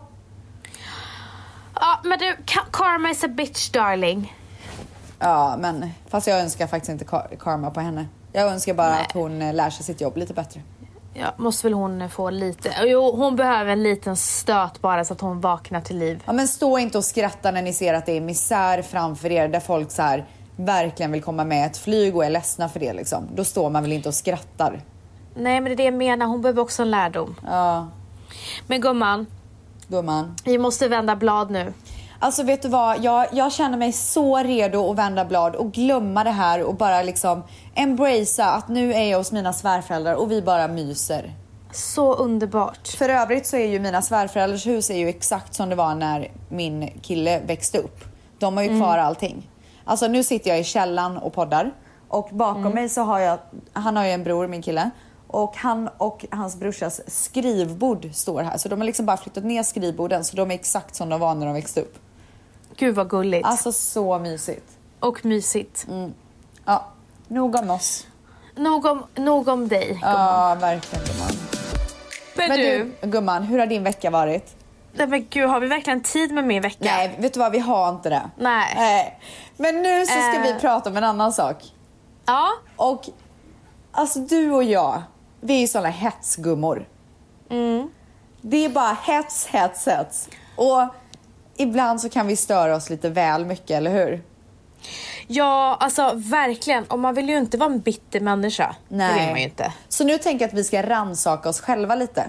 Ja, men du, karma is a bitch, darling. Ja, men fast jag önskar faktiskt inte karma på henne. Jag önskar bara att hon lär sig sitt jobb lite bättre. Ja, måste väl hon få lite... Jo, hon behöver en liten stöt bara så att hon vaknar till liv. Ja, men stå inte och skratta när ni ser att det är misär framför er. Där folk så här verkligen vill komma med ett flyg och är ledsna för det liksom. Då står man väl inte och skrattar. Nej, men det är det jag menar. Hon behöver också en lärdom. Ja. Men gumman. Vi måste vända blad nu. Alltså vet du vad, jag känner mig så redo att vända blad och glömma det här och bara liksom embracea att nu är jag hos mina svärföräldrar och vi bara myser. Så underbart. För övrigt så är ju mina svärföräldrars hus är ju exakt som det var när min kille växte upp. De har ju kvar allting. Alltså nu sitter jag i källan och poddar och bakom mig så har han har ju en bror, min kille. Och han och hans brorsas skrivbord står här. Så de har liksom bara flyttat ner skrivborden så de är exakt som de var när de växte upp. Gud vad gulligt. Alltså så mysigt. Och mysigt. Ja, nog om oss. Nog om dig, gumman. Ja, verkligen, gumman. Men du, gumman, hur har din vecka varit? Nej men gud, har vi verkligen tid med min vecka? Nej, vet du vad, vi har inte det. Nej. Men nu så ska vi prata om en annan sak. Ja. Och alltså du och jag, vi är ju såna hetsgummor. Det är bara hets. Och ibland så kan vi störa oss lite väl mycket, eller hur? Ja, alltså verkligen. Och man vill ju inte vara en bitter människa. Nej. Det vill man ju inte. Så nu tänker jag att vi ska rannsaka oss själva lite.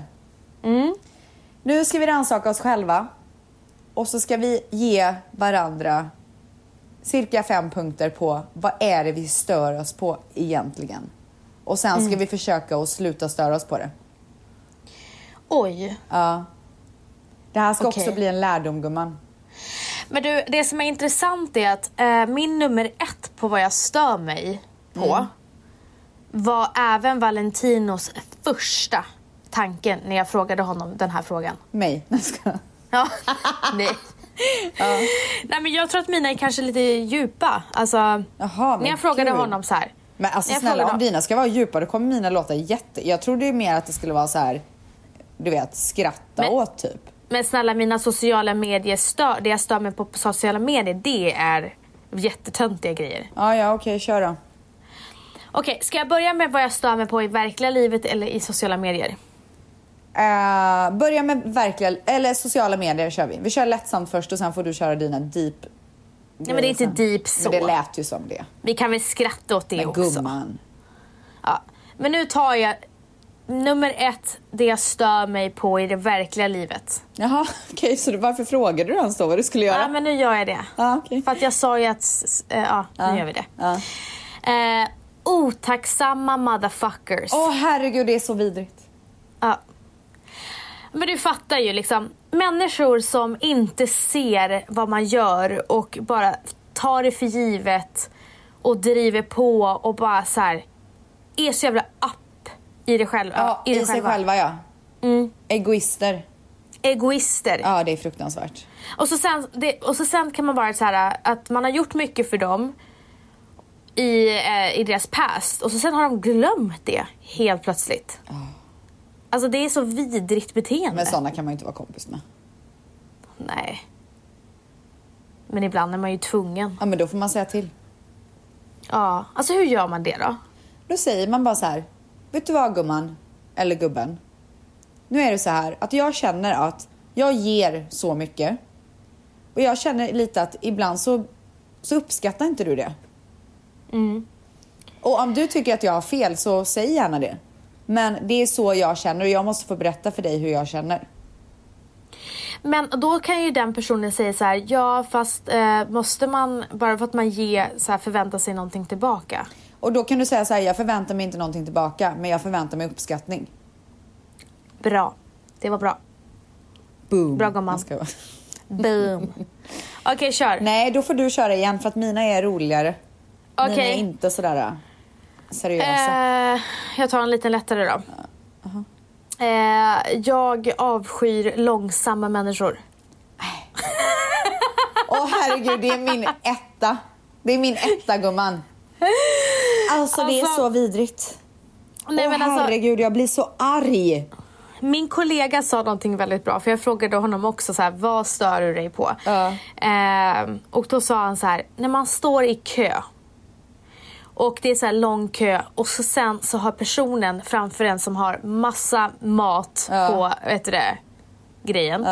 Nu ska vi rannsaka oss själva. Och så ska vi ge varandra cirka 5 punkter på vad är det vi stör oss på egentligen. Och sen ska vi försöka att sluta störa oss på det. Oj. Ja. Det här ska Okej. också bli en lärdom, gumman. Men du, det som är intressant är att min nummer 1 på vad jag stör mig på var även Valentinos första tanken när jag frågade honom den här frågan. Mig. Ja, nej. Nej, men jag tror att mina är kanske lite djupa. Alltså, Jaha, när jag frågade gud. honom så här. Men alltså Jag snälla, frågade om dina ska vara djupa, då kommer mina låta Jag tror det är mer att det skulle vara så här, du vet, skratta åt typ. Men snälla, mina sociala medier det jag stör mig på sociala medier, det är jättetöntiga grejer. Ja, okej, kör då. Okej, ska jag börja med vad jag stör mig på i verkliga livet eller i sociala medier? Börja med verkliga, eller sociala medier kör vi. Vi kör lättsamt först och sen får du köra dina deep. Nej, men det är inte deep så. Men det lät ju som det. Vi kan väl skratta åt det Men också. gumman. Ja. Men nu tar jag nummer 1, det jag stör mig på i det verkliga livet. Jaha, okej, så varför frågade du ens då vad du skulle göra? Ja, men nu gör jag det. Ja, okej. För att jag sa ju att, nu gör vi det. Ja. Otacksamma motherfuckers. Herregud, det är så vidrigt. Ja. Men du fattar ju liksom, människor som inte ser vad man gör och bara tar det för givet och driver på och bara så här är så jävla upp i det själva. Ja, i sig själva, ja. Egoister. Egoister. Ja, det är fruktansvärt. Och så sen kan man vara så här att man har gjort mycket för dem i deras past och så sen har de glömt det helt plötsligt. Alltså det är så vidrigt beteende. Men sådana kan man ju inte vara kompis med. Nej. Men ibland är man ju tvungen. Ja, men då får man säga till. Ja, alltså hur gör man det då? Då säger man bara så här: vet du vad, gumman? Eller gubben? Nu är det så här att jag känner att jag ger så mycket. Och jag känner lite att ibland så uppskattar inte du det. Och om du tycker att jag har fel, så säg gärna det. Men det är så jag känner och jag måste få berätta för dig hur jag känner. Men då kan ju den personen säga så här: ja, fast måste man, bara för att man ger, så här, förvänta sig någonting tillbaka? Och då kan du säga så här: jag förväntar mig inte någonting tillbaka, men jag förväntar mig uppskattning. Bra, det var bra. Boom. Bra, gumman. Boom. Okej, kör. Nej, då får du köra igen för att mina är roligare. Mina är Okej. inte sådär seriösa. Jag tar en lite lättare då. Jag avskyr långsamma människor. Herregud, det är min etta. Det är min etta, gumman. Alltså, det är så vidrigt. Nej, men alltså, herregud, jag blir så arg. min kollega sa någonting väldigt bra. För jag frågade honom också så här: vad stör du dig på? Och då sa han så här: när man står i kö och det är så här lång kö och så sen så har personen framför en som har massa mat på, vet du det, grejen.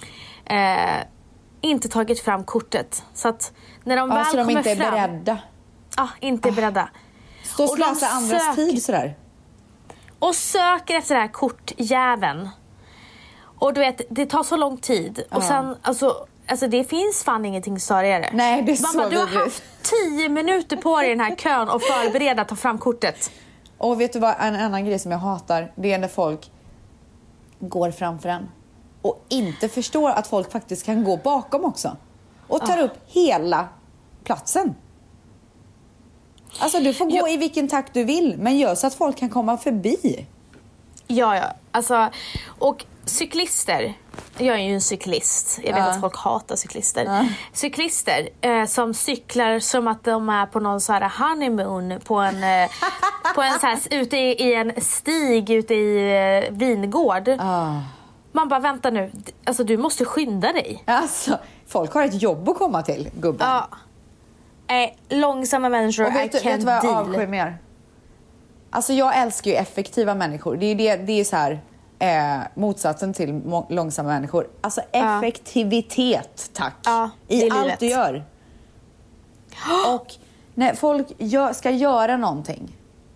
Inte tagit fram kortet. Så att när de väl så de kommer inte är fram, beredda. inte är beredda. Stå och slösa andras tid sådär. Och söker efter det här kortjäveln. Och du vet, det tar så lång tid. Och sen, alltså det finns fan ingenting störigare. Nej, det är Mamma, så du har vidrigt. haft 10 minuter på dig i den här kön och förbereda att ta fram kortet. Och vet du vad, en annan grej som jag hatar, det är när folk går framför en och inte förstår att folk faktiskt kan gå bakom också. Och tar upp hela platsen. Alltså, du får gå i vilken takt du vill, men gör så att folk kan komma förbi. Ja. Alltså, och cyklister. Jag är ju en cyklist. Jag vet att folk hatar cyklister. Cyklister som cyklar som att de är på någon så här honeymoon på en så här, ute i en stig ute i vingård. Man bara, vänta nu. Alltså, du måste skynda dig. Alltså, folk har ett jobb att komma till, gubben. Ja. Långsamma människor, Och vet du vad jag avskyr mer? Alltså, jag älskar ju effektiva människor. Det är så här motsatsen till långsamma människor. Alltså, effektivitet, tack. I allt livet du gör. Och när folk ska göra någonting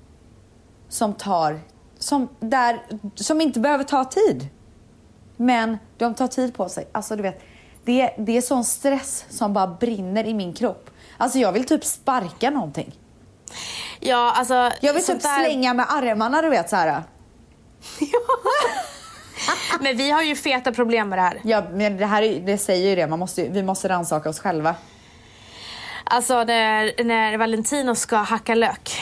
som inte behöver ta tid, men de tar tid på sig. Alltså, du vet, det är sån stress som bara brinner i min kropp. Alltså jag vill typ sparka någonting. Ja, alltså... Jag vill typ slänga med armarna, du vet så här. Men vi har ju feta problem med det här. Ja, men det säger ju det. Vi måste rannsaka oss själva. Alltså när Valentino ska hacka lök.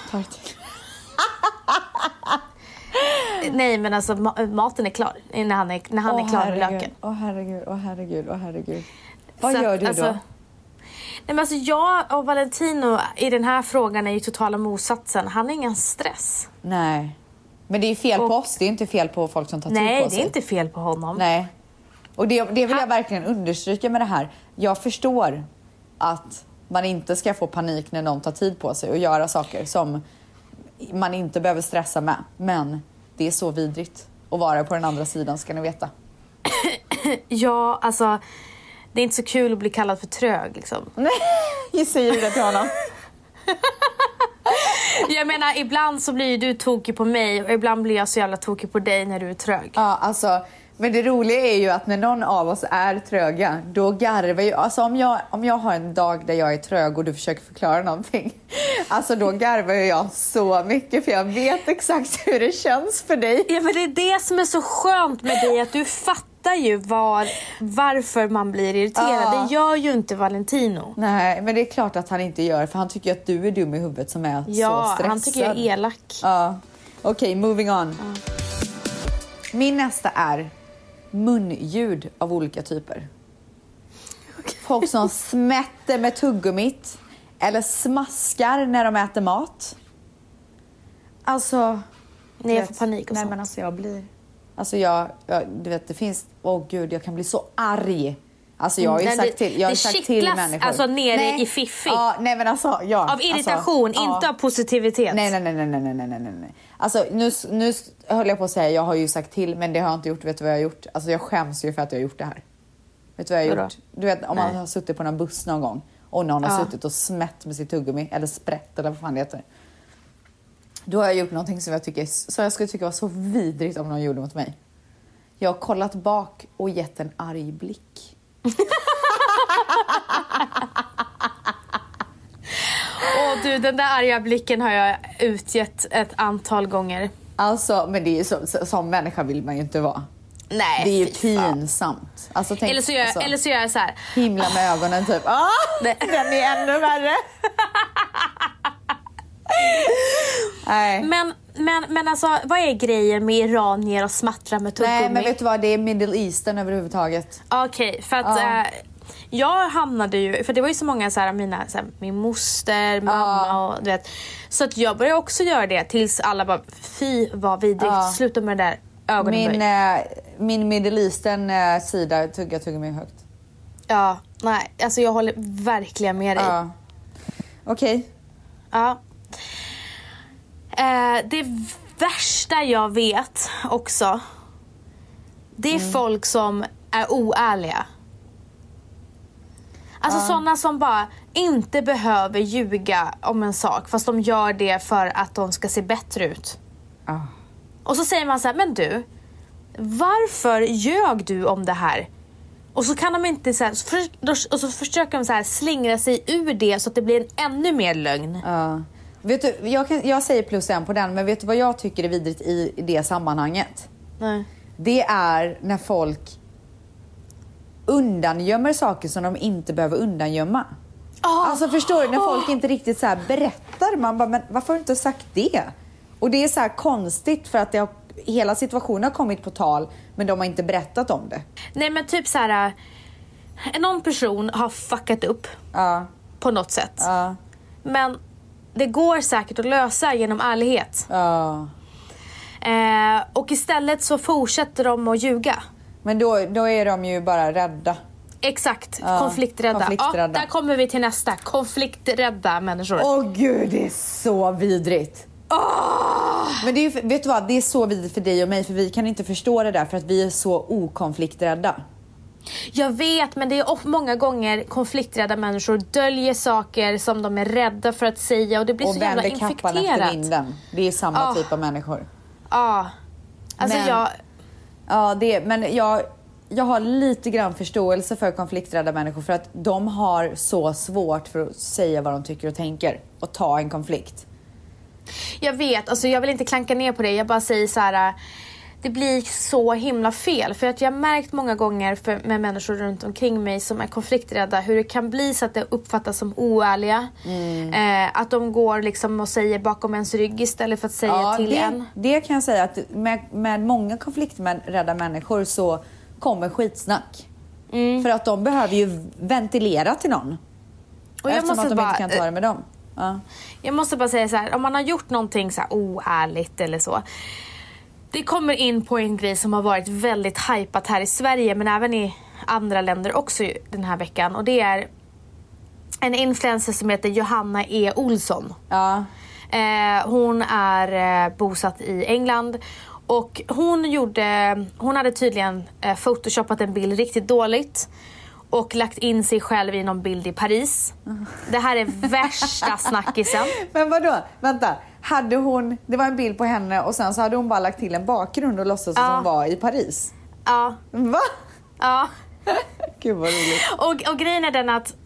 Nej, men alltså maten är klar när han är klar med löken. Åh herregud. Vad gör du då? Nej, men alltså jag och Valentino i den här frågan är ju totala motsatsen. Han har ingen stress. Nej. Men det är fel på oss, det är inte fel på folk som tar tid på sig. Nej, det är inte fel på honom. Nej. Och det vill jag verkligen understryka med det här. Jag förstår att man inte ska få panik när någon tar tid på sig och göra saker som man inte behöver stressa med. Men det är så vidrigt att vara på den andra sidan, ska ni veta. Ja, alltså det är inte så kul att bli kallad för trög liksom. Nej, jag säger det till honom. Jag menar, ibland så blir du tokig på mig och ibland blir jag så jävla tokig på dig när du är trög. Ja, alltså, men det roliga är ju att när någon av oss är tröga, då garvar ju, alltså om jag har en dag där jag är trög och du försöker förklara någonting, alltså då garvar jag så mycket för jag vet exakt hur det känns för dig. Ja, men det är det som är så skönt med dig, att du fattar ju varför man blir irriterad. Det gör ju inte Valentino. Nej, men det är klart att han inte gör, för han tycker att du är dum i huvudet som är så stressad. Ja, han tycker jag är elak. Ja, okej, moving on. Min nästa är munljud av olika typer. Folk som smätter med tuggummit eller smaskar när de äter mat. Alltså... Nej, jag får panik och nej, sånt. men alltså jag blir... Alltså jag du vet, det finns... Gud, jag kan bli så arg. Alltså jag har ju sagt till... Jag har sagt till människor. Alltså nere i fiffi. Ja, nej men alltså... Ja, av irritation, alltså, inte av positivitet. Nej. Alltså nu höll jag på att säga, jag har ju sagt till, men det har jag inte gjort. Vet du vad jag har gjort? Alltså jag skäms ju för att jag har gjort det här. Vet du vad jag har gjort? Du vet, om man har suttit på någon buss någon gång och någon har suttit och smätt med sitt tuggummi, eller sprätt, eller vad fan det heter. Då har jag gjort någonting som jag skulle tycka var så vidrigt om någon gjorde mot mig. Jag har kollat bak och gett en arg blick. Du, den där arga blicken har jag utgett ett antal gånger. Alltså, men det är som människa vill man ju inte vara. Nej, det är ju pinsamt. Alltså, tänk, eller så gör jag så här. Himla med ögonen typ. Den är ännu värre. Nej. Men alltså, vad är grejen med iranier och smattra med tuggummi? Nej, men vet du vad? Det är Middle Eastern överhuvudtaget. Okej, för att jag hamnade ju, för det var ju så många så här, min moster, mamma och du vet. Så att jag började också göra det tills alla bara, fy vad vidrigt, sluta med det där ögonen. Min Middle Eastern sida tuggar tuggummi högt. Ja, nej, alltså jag håller verkligen med dig. Okej. Ja. Det värsta jag vet också, det är folk som är oärliga. Alltså sådana som bara inte behöver ljuga om en sak, fast de gör det för att de ska se bättre ut. Och så säger man så här, men du, varför ljög du om det här? Och så kan de inte så här, och så försöker de så här slingra sig ur det så att det blir en ännu mer lögn. Vet du, jag säger +1 på den, men vet du vad jag tycker är vidrigt i det sammanhanget? Nej. Det är när folk undangömmer saker som de inte behöver undangömma. Alltså förstår du, när folk inte riktigt så här berättar, man bara, men varför har du inte sagt det? Och det är så här konstigt för att hela situationen har kommit på tal, men de har inte berättat om det. Nej, men typ så här, någon person har fuckat upp på något sätt. Men det går säkert att lösa genom ärlighet. Och istället så fortsätter de att ljuga. Men då är de ju bara rädda. Exakt, konflikträdda. Ja, där kommer vi till nästa. Konflikträdda människor. Gud, det är så vidrigt. Men det är, vet du vad, det är så vidrigt för dig och mig, för vi kan inte förstå det där för att vi är så okonflikträdda. Jag vet, men det är många gånger konflikträdda människor döljer saker som de är rädda för att säga, och det blir så jävla infekterat. Och vänder kappan efter vinden. Det är samma typ av människor. Alltså men, jag har lite grann förståelse för konflikträdda människor för att de har så svårt för att säga vad de tycker och tänker och ta en konflikt. Jag vet, alltså jag vill inte klanka ner på det. Jag bara säger så här, det blir så himla fel. För att jag har märkt många gånger med människor runt omkring mig som är konflikträdda hur det kan bli så att det uppfattas som oärliga. Att de går liksom och säger bakom ens rygg istället för att säga till en. Det kan jag säga att med många konflikträdda människor så kommer skitsnack. För att de behöver ju ventilera till någon. Och eftersom att de inte kan ta det med dem. Ja. Jag måste bara säga så här, om man har gjort någonting så här oärligt eller så. Det kommer in på en grej som har varit väldigt hypat här i Sverige men även i andra länder också den här veckan. Och det är en influencer som heter Johanna E. Olsson. Ja. Hon är bosatt i England. Och hon hade tydligen photoshopat en bild riktigt dåligt. Och lagt in sig själv i någon bild i Paris. Det här är värsta snackisen. Men vadå? Vänta. Det var en bild på henne och sen så hade hon bara lagt till en bakgrund och låtsas som hon var i Paris. Ja. Va? Ja. Gud vad roligt. Och grejen är den att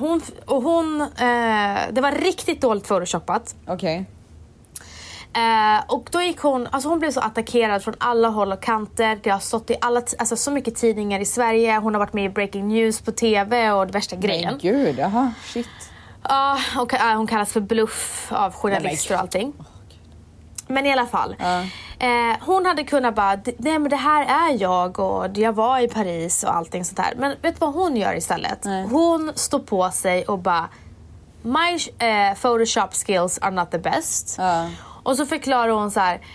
det var riktigt dåligt photoshopat. Okej. Och då gick hon blev så attackerad från alla håll och kanter. Det har stått i så mycket tidningar i Sverige. Hon har varit med i Breaking News på TV och det värsta grejen. Men gud, aha, shit. Ja, och hon kallas för bluff av journalister och allting. Men i alla fall. Hon hade kunnat bara, nej men det här är jag och jag var i Paris och allting sånt här. Men vet du vad hon gör istället? Nej. Hon står på sig och bara, my Photoshop skills are not the best. Och så förklarar hon så här,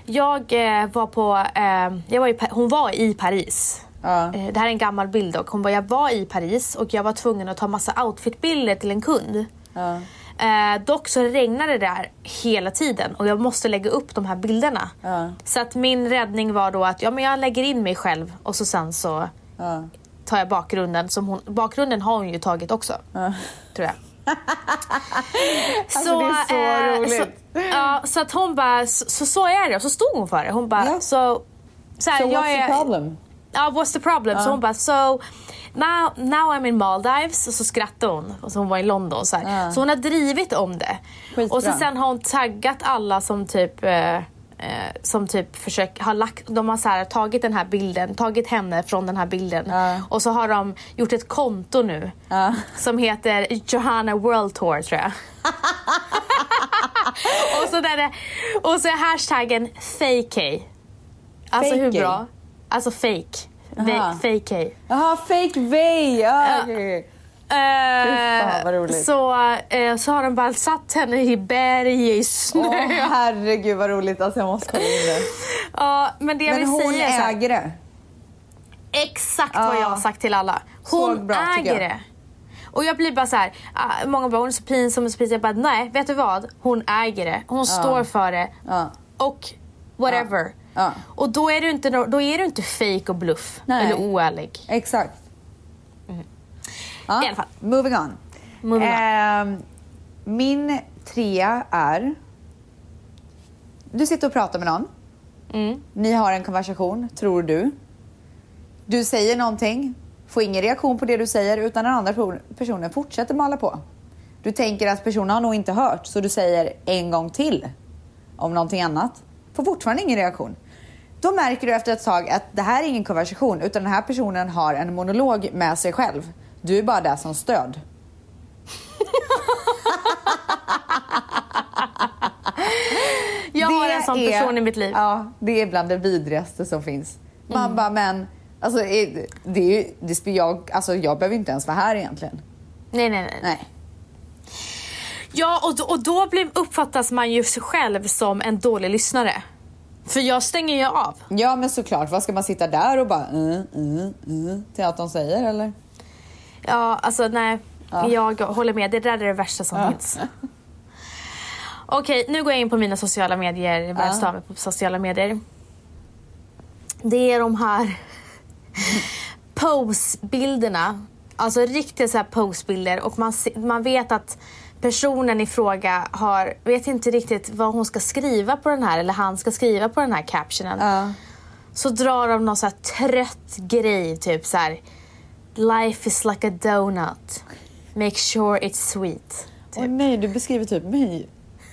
hon var i Paris. Det här är en gammal bild och hon bara, jag var i Paris och jag var tvungen att ta massa outfitbilder till en kund. Dock så regnade det där hela tiden och jag måste lägga upp de här bilderna. Så att min räddning var då att jag lägger in mig själv och så sen så tar jag bakgrunden. Bakgrunden har hon ju tagit också, tror jag. Alltså det är så roligt. Så att hon bara, så är det. Och så stod hon för det. Hon bara, so what's the problem? What's the problem? Så hon bara, so now I'm in Maldives. Och så skrattade hon. Och så hon var i London så här. Så hon har drivit om det. Skitbra. Och så sen har hon taggat alla som typ de har så här, tagit den här bilden, tagit henne från den här bilden och så har de gjort ett konto nu som heter Johanna World Tour, tror jag. och så är hashtaggen fake. Alltså hur bra? Alltså fake. Fake. Jaha, fake vej. Okay. Vad roligt. Så har de bara satt henne i berg i snö. Herregud vad roligt, alltså jag måste kolla in det. Men hon äger det. Exakt vad jag har sagt till alla. Hon äger det. Och jag blir bara så här, många bara, hon är så pinsam. Jag bara, nej, vet du vad? Hon äger det. Hon står för det. Och whatever. Och då är du inte fake och bluff. Nej. Eller oärlig. Exakt. I alla fall. Moving on. Min 3 är, du sitter och pratar med någon. Ni har en konversation, tror du. Du säger någonting, får ingen reaktion på det du säger, utan den andra personen fortsätter mala på. Du tänker att personen har nog inte hört, så du säger en gång till om någonting annat. Får fortfarande ingen reaktion. Då märker du efter ett tag att det här är ingen konversation, utan den här personen har en monolog med sig själv. Du är bara där som stöd. Jag har en sån person i mitt liv. Ja, det är bland det vidrigaste som finns. Man bara, men alltså, jag behöver inte ens vara här egentligen. Nej. Ja, och då uppfattas man ju sig själv som en dålig lyssnare. För jag stänger ju av. Ja, men såklart. Vad ska man sitta där och bara till att de säger, eller? Ja, alltså nej. Jag håller med. Det där är det värsta som finns. Okej, nu går jag in på mina sociala medier. Vad jag stavar på sociala medier. Det är de här pose-bilderna. Alltså riktiga så här pose-bilder. Och man vet att personen i fråga vet inte riktigt vad hon ska skriva på den här. Eller han ska skriva på den här captionen. så drar de någon så här trött grej, typ så här: life is like a donut, make sure it's sweet. Åh nej, du beskriver typ mig.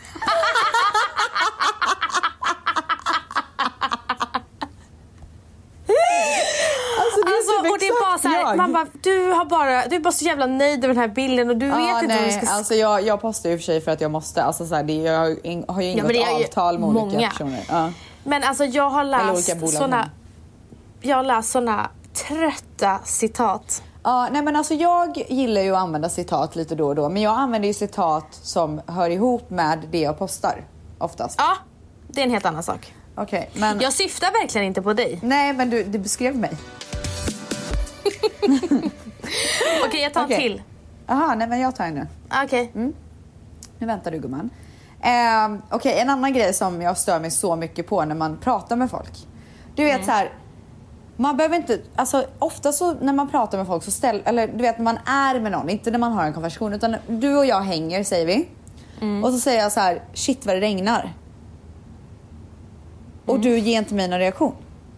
Och det är bara så här, man bara, du är bara så jävla nöjd över den här bilden och du vet inte vad du ska... Alltså jag postar ju för sig för att jag måste. Alltså så här, jag har ju ingått avtal med olika personer. Ja. Men alltså jag har läst såna trötta citat. Ja, nej men alltså jag gillar ju att använda citat lite då och då. Men jag använder ju citat som hör ihop med det jag postar oftast. Ja, det är en helt annan sak. Okej, men... Jag syftar verkligen inte på dig. Nej, men du beskrev mig. Okej, jag tar en till. Jaha, nej men jag tar en nu. Okej. Nu väntar du, gumman. Okej, en annan grej som jag stör mig så mycket på när man pratar med folk. Du vet så här, man behöver inte, alltså ofta så när man pratar med folk så eller du vet när man är med någon, inte när man har en konversation, utan du och jag hänger, säger vi. Och så säger jag så här: shit vad det regnar. Och du ger inte mig någon reaktion.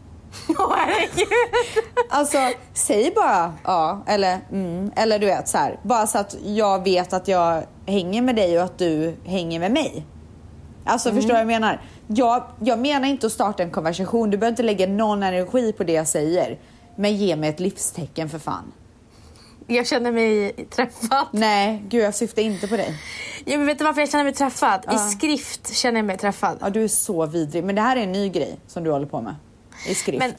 Alltså säg bara ja eller du vet så här, bara så att jag vet att jag hänger med dig och att du hänger med mig. Alltså förstår du vad jag menar? Jag menar inte att starta en konversation. Du behöver inte lägga någon energi på det jag säger, men ge mig ett livstecken för fan. Jag känner mig träffad. Nej, gud, jag syftar inte på dig. Ja, men vet du varför jag känner mig träffad? I skrift känner jag mig träffad. Ja, du är så vidrig. Men det här är en ny grej som du håller på med. I skrift. Men...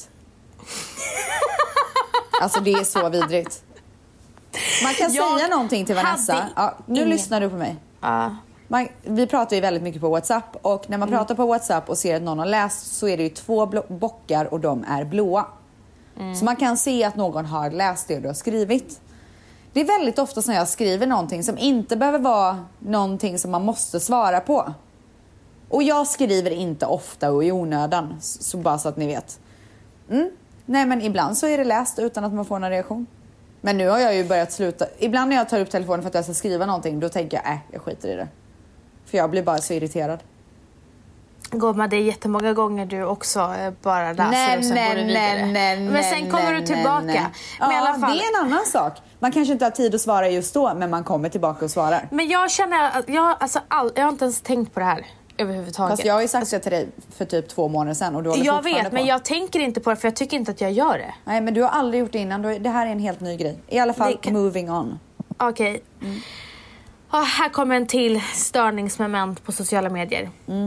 alltså det är så vidrigt. Man kan säga någonting till Vanessa. Ja, nu lyssnar du på mig. Vi pratar ju väldigt mycket på WhatsApp. Och när man pratar på WhatsApp och ser att någon har läst, så är det ju 2 bockar och de är blåa. Så man kan se att någon har läst det du har skrivit. Det är väldigt ofta som jag skriver någonting som inte behöver vara någonting som man måste svara på. Och jag skriver inte ofta och i onödan, så bara så att ni vet. Nej, men ibland så är det läst utan att man får någon reaktion. Men nu har jag ju börjat sluta. Ibland när jag tar upp telefonen för att jag ska skriva någonting, då tänker jag skiter i det. För jag blir bara så irriterad. Gumman, det är jättemånga gånger du också bara läser och sen går du vidare. Men sen kommer du tillbaka. Men i alla fall... det är en annan sak. Man kanske inte har tid att svara just då, men man kommer tillbaka och svarar. Men jag känner att jag har inte ens tänkt på det här överhuvudtaget. Fast jag har ju sagt det till dig för typ 2 månader sedan och du håller fortfarande vet, på. men jag tänker inte på det för jag tycker inte att jag gör det. Nej, men du har aldrig gjort det innan. Det här är en helt ny grej. I alla fall, moving on. Okej. Här kommer en till störningsmoment på sociala medier.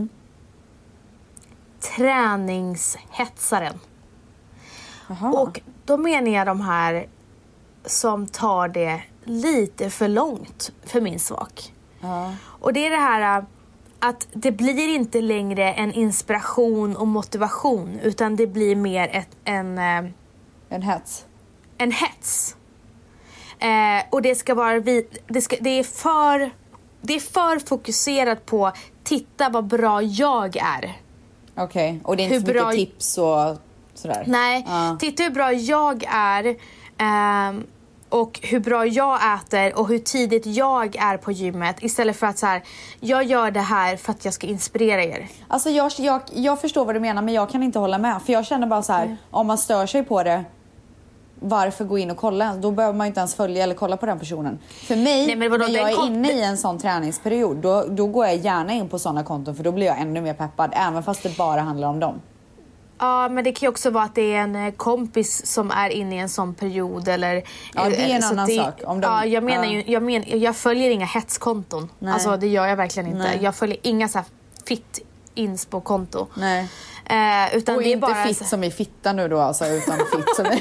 Träningshetsaren. Aha. Och då menar jag de här som tar det lite för långt för min smak. Och det är det här att det blir inte längre en inspiration och motivation, utan det blir mer en hets. En hets. Och det ska vara det är för fokuserat på titta vad bra jag är. Okej, och det är inte så mycket tips och sådär. Nej, titta hur bra jag är och hur bra jag äter och hur tidigt jag är på gymmet. Istället för att så här, jag gör det här för att jag ska inspirera er. Alltså jag förstår vad du menar, men jag kan inte hålla med. För jag känner bara så här, om man stör sig på det, varför gå in och kolla? Då behöver man inte ens följa eller kolla på den personen. För mig, när jag är inne i en sån träningsperiod, då går jag gärna in på såna konton, för då blir jag ännu mer peppad, även fast det bara handlar om dem. Ja, men det kan ju också vara att det är en kompis som är inne i en sån period eller... Ja, det är en annan sak. Om de, jag följer inga hetskonton. Nej. Alltså det gör jag verkligen inte. Nej. Jag följer inga så här fit inspo-konto. Nej. Utan och det är inte bara fitt som är fitta nu då, alltså, utan fitt som är...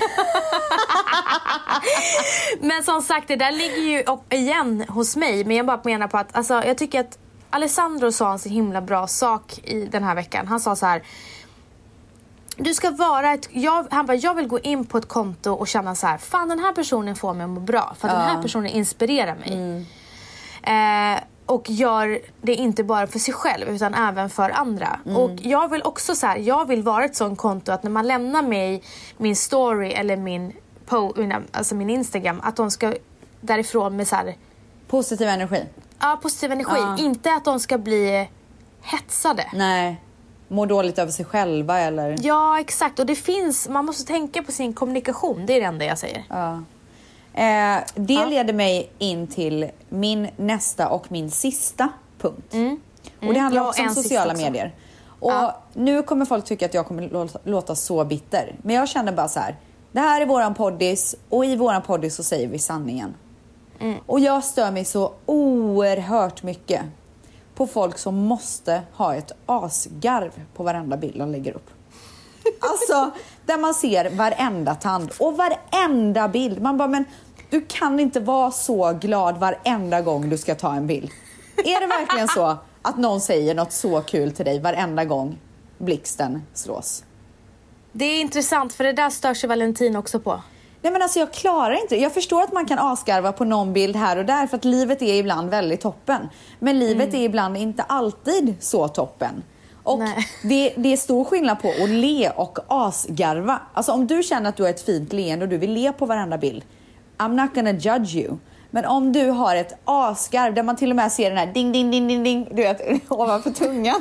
Men som sagt, det där ligger ju igen hos mig. Men jag bara menar på att alltså, jag tycker att Alessandro sa en så himla bra sak i den här veckan. Han sa så här: du ska vara jag vill gå in på ett konto och känna så här, fan, den här personen får mig att må bra, för att den här personen inspirerar mig. Och gör det inte bara för sig själv utan även för andra. Och jag vill också så här, jag vill vara ett sånt konto att när man lämnar mig min story eller min Instagram, att de ska därifrån med så här positiv energi. Ja, positiv energi. Inte att de ska bli hetsade. Nej. mår dåligt över sig själva eller... Ja, exakt. Och det finns, man måste tänka på sin kommunikation. Det är det enda jag säger. Ja. Det leder mig in till min nästa och min sista punkt. Och det handlar också om sociala medier. Och nu kommer folk tycka att jag kommer låta så bitter. Men jag känner bara så här. Det här är våran poddis. Och i våran poddis så säger vi sanningen. Och jag stör mig så oerhört mycket på folk som måste ha ett asgarv på varenda bild de lägger upp. Alltså, där man ser varenda tand och varenda bild. Man bara, men du kan inte vara så glad varenda gång du ska ta en bild. Är det verkligen så att någon säger något så kul till dig varenda gång blixten slås? Det är intressant, för det där stör sig Valentin också på. Nej, men alltså jag klarar inte. Jag förstår att man kan asgarva på någon bild här och där, för att livet är ibland väldigt toppen. Men livet är ibland inte alltid så toppen. Och det är stor skillnad på att le och asgarva. Alltså om du känner att du har ett fint leende och du vill le på varenda bild, I'm not gonna judge you. Men om du har ett asgarv där man till och med ser den här ding ding ding ding ding, du vet, ovanför tungan.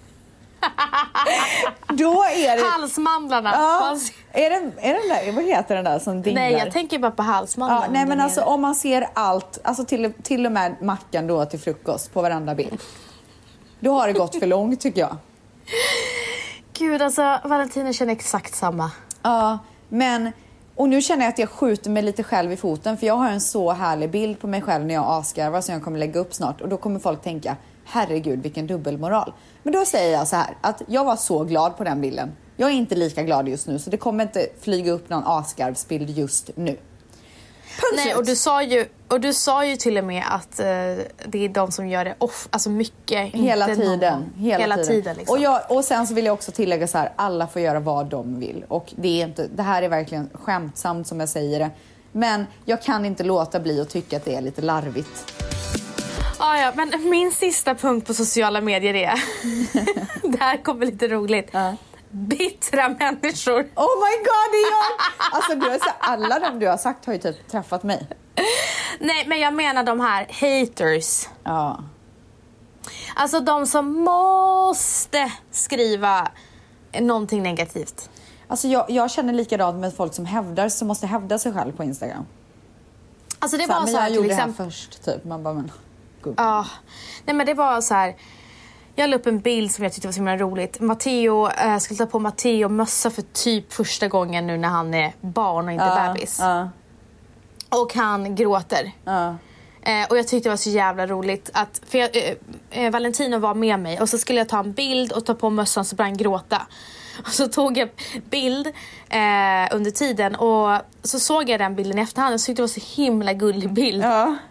Då är det... Halsmandlarna. Ja, är den där, vad heter den där som dinglar? Nej, jag tänker bara på halsmandlarna. Ja, nej, men alltså om man ser allt, alltså till och med mackan då till frukost på varenda bild. Då har det gått för långt, tycker jag. Gud, alltså Valentina känner exakt samma. Ja, men... Och nu känner jag att jag skjuter mig lite själv i foten. För jag har en så härlig bild på mig själv när jag asgarvar som jag kommer lägga upp snart. Och då kommer folk tänka, herregud vilken dubbelmoral. Men då säger jag så här, att jag var så glad på den bilden. Jag är inte lika glad just nu, så det kommer inte flyga upp någon asgarvsbild just nu. Nej, och du sa ju till och med att det är de som gör det alltså mycket. Hela inte tiden. Hela tiden liksom. Och sen så vill jag också tillägga så här, alla får göra vad de vill. Och det här är verkligen skämtsamt som jag säger det. Men jag kan inte låta bli att tycka att det är lite larvigt. Ja, men min sista punkt på sociala medier är... det här kommer lite roligt. Bittra människor. Oh my god, det är jag! Alltså alla de du har sagt har ju typ träffat mig. Nej, men jag menar de här haters. Ja. Alltså de som måste skriva någonting negativt. Alltså jag känner likadant med folk som måste hävda sig själv på Instagram. Alltså det så var men så här, jag gjorde till det här exempel... först typ. Man bara, men gud. Ja. Nej, men det var så här. Jag la upp en bild som jag tyckte var så himla roligt. Matteo, skulle ta på Matteo mössa för typ första gången nu när han är barn och inte bebis. Och han gråter. Och jag tyckte det var så jävla roligt att, för Valentino var med mig och så skulle jag ta en bild och ta på mössan, så började han gråta. Och så tog jag bild under tiden och så såg jag den bilden i efterhand och så tyckte det var så himla gullig bild.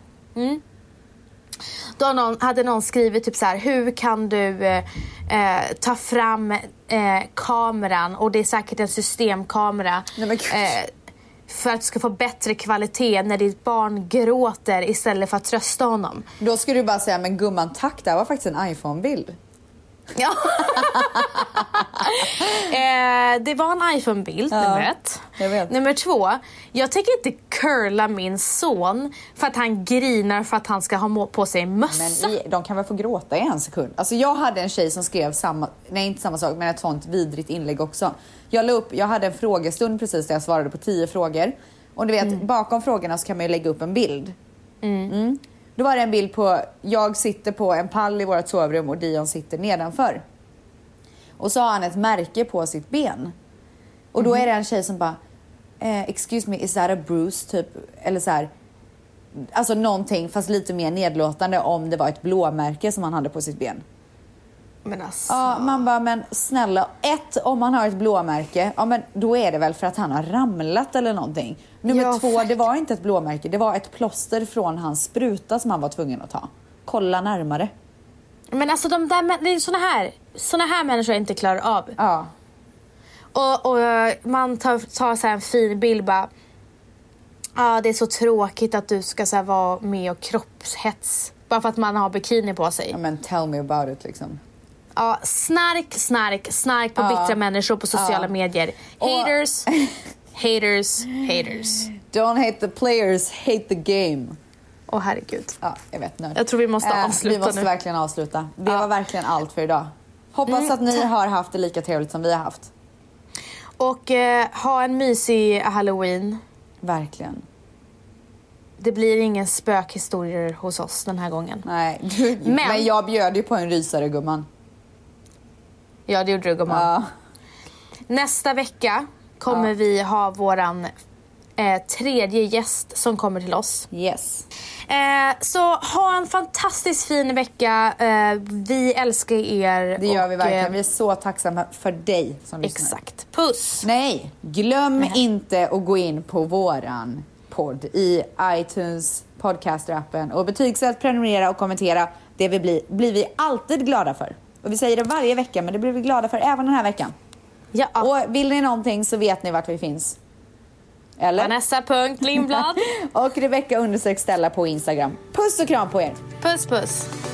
Då hade någon skrivit typ så här: hur kan du ta fram kameran, och det är säkert en systemkamera, för att du ska få bättre kvalitet när ditt barn gråter istället för att trösta honom. Då skulle du bara säga, men gumman tack, det var faktiskt en iPhone-bild. Ja. Det var en iPhone-bild, nummer 1. Nummer 2, jag tänker inte curla min son för att han grinar för att han ska ha på sig en mössa. Men de kan väl få gråta i en sekund. Alltså jag hade en tjej som skrev inte samma sak, men ett sånt vidrigt inlägg också. Jag hade en frågestund precis där jag svarade på 10 frågor. Och du vet, bakom frågorna så kan man ju lägga upp en bild. Då var det en bild på, jag sitter på en pall i vårt sovrum och Dion sitter nedanför. Och så har han ett märke på sitt ben. Och då är det en tjej som bara, excuse me, is that a bruise? Typ, eller så här, alltså någonting fast lite mer nedlåtande om det var ett blåmärke som han hade på sitt ben. Men alltså... Ja, man bara, men snälla, om man har ett blåmärke, ja men då är det väl för att han har ramlat eller någonting. Nummer 2, det var inte ett blåmärke, det var ett plåster från hans spruta som han var tvungen att ta. Kolla närmare. Men alltså det är såna här människor inte klarar av. Ja. Och man tar så här en fin bild bara, det är så tråkigt att du ska så här vara med och kroppshets bara för att man har bikini på sig. Ja, men tell me about it liksom. Ja, snark på bittra människor på sociala medier. Haters, haters. Don't hate the players, hate the game. Herregud. Ja, jag vet nu. Jag tror vi måste avsluta nu. Vi måste verkligen avsluta. Det var verkligen allt för idag. Hoppas att ni har haft det lika trevligt som vi har haft. Och ha en mysig Halloween. Verkligen. Det blir ingen spökhistorier hos oss den här gången. Nej, men jag bjöd ju på en rysare, gumman. Ja, det gjorde du, gumman. Ja. Nästa vecka kommer vi ha våran tredje gäst som kommer till oss. Yes. Så ha en fantastiskt fin vecka. Vi älskar er. Det gör vi verkligen. Vi är så tacksamma för dig som lyssnar. Exakt. Puss. Nej, glöm inte att gå in på våran podd i iTunes podcaster-appen och betygsätt, prenumerera och kommentera. Det blir vi alltid glada för. Och vi säger det varje vecka, men det blir vi glada för även den här veckan. Ja. Och vill ni någonting så vet ni vart vi finns. Eller? Vanessa.Lindblad och Rebecca_Stella på Instagram. Puss och kram på er. Puss puss.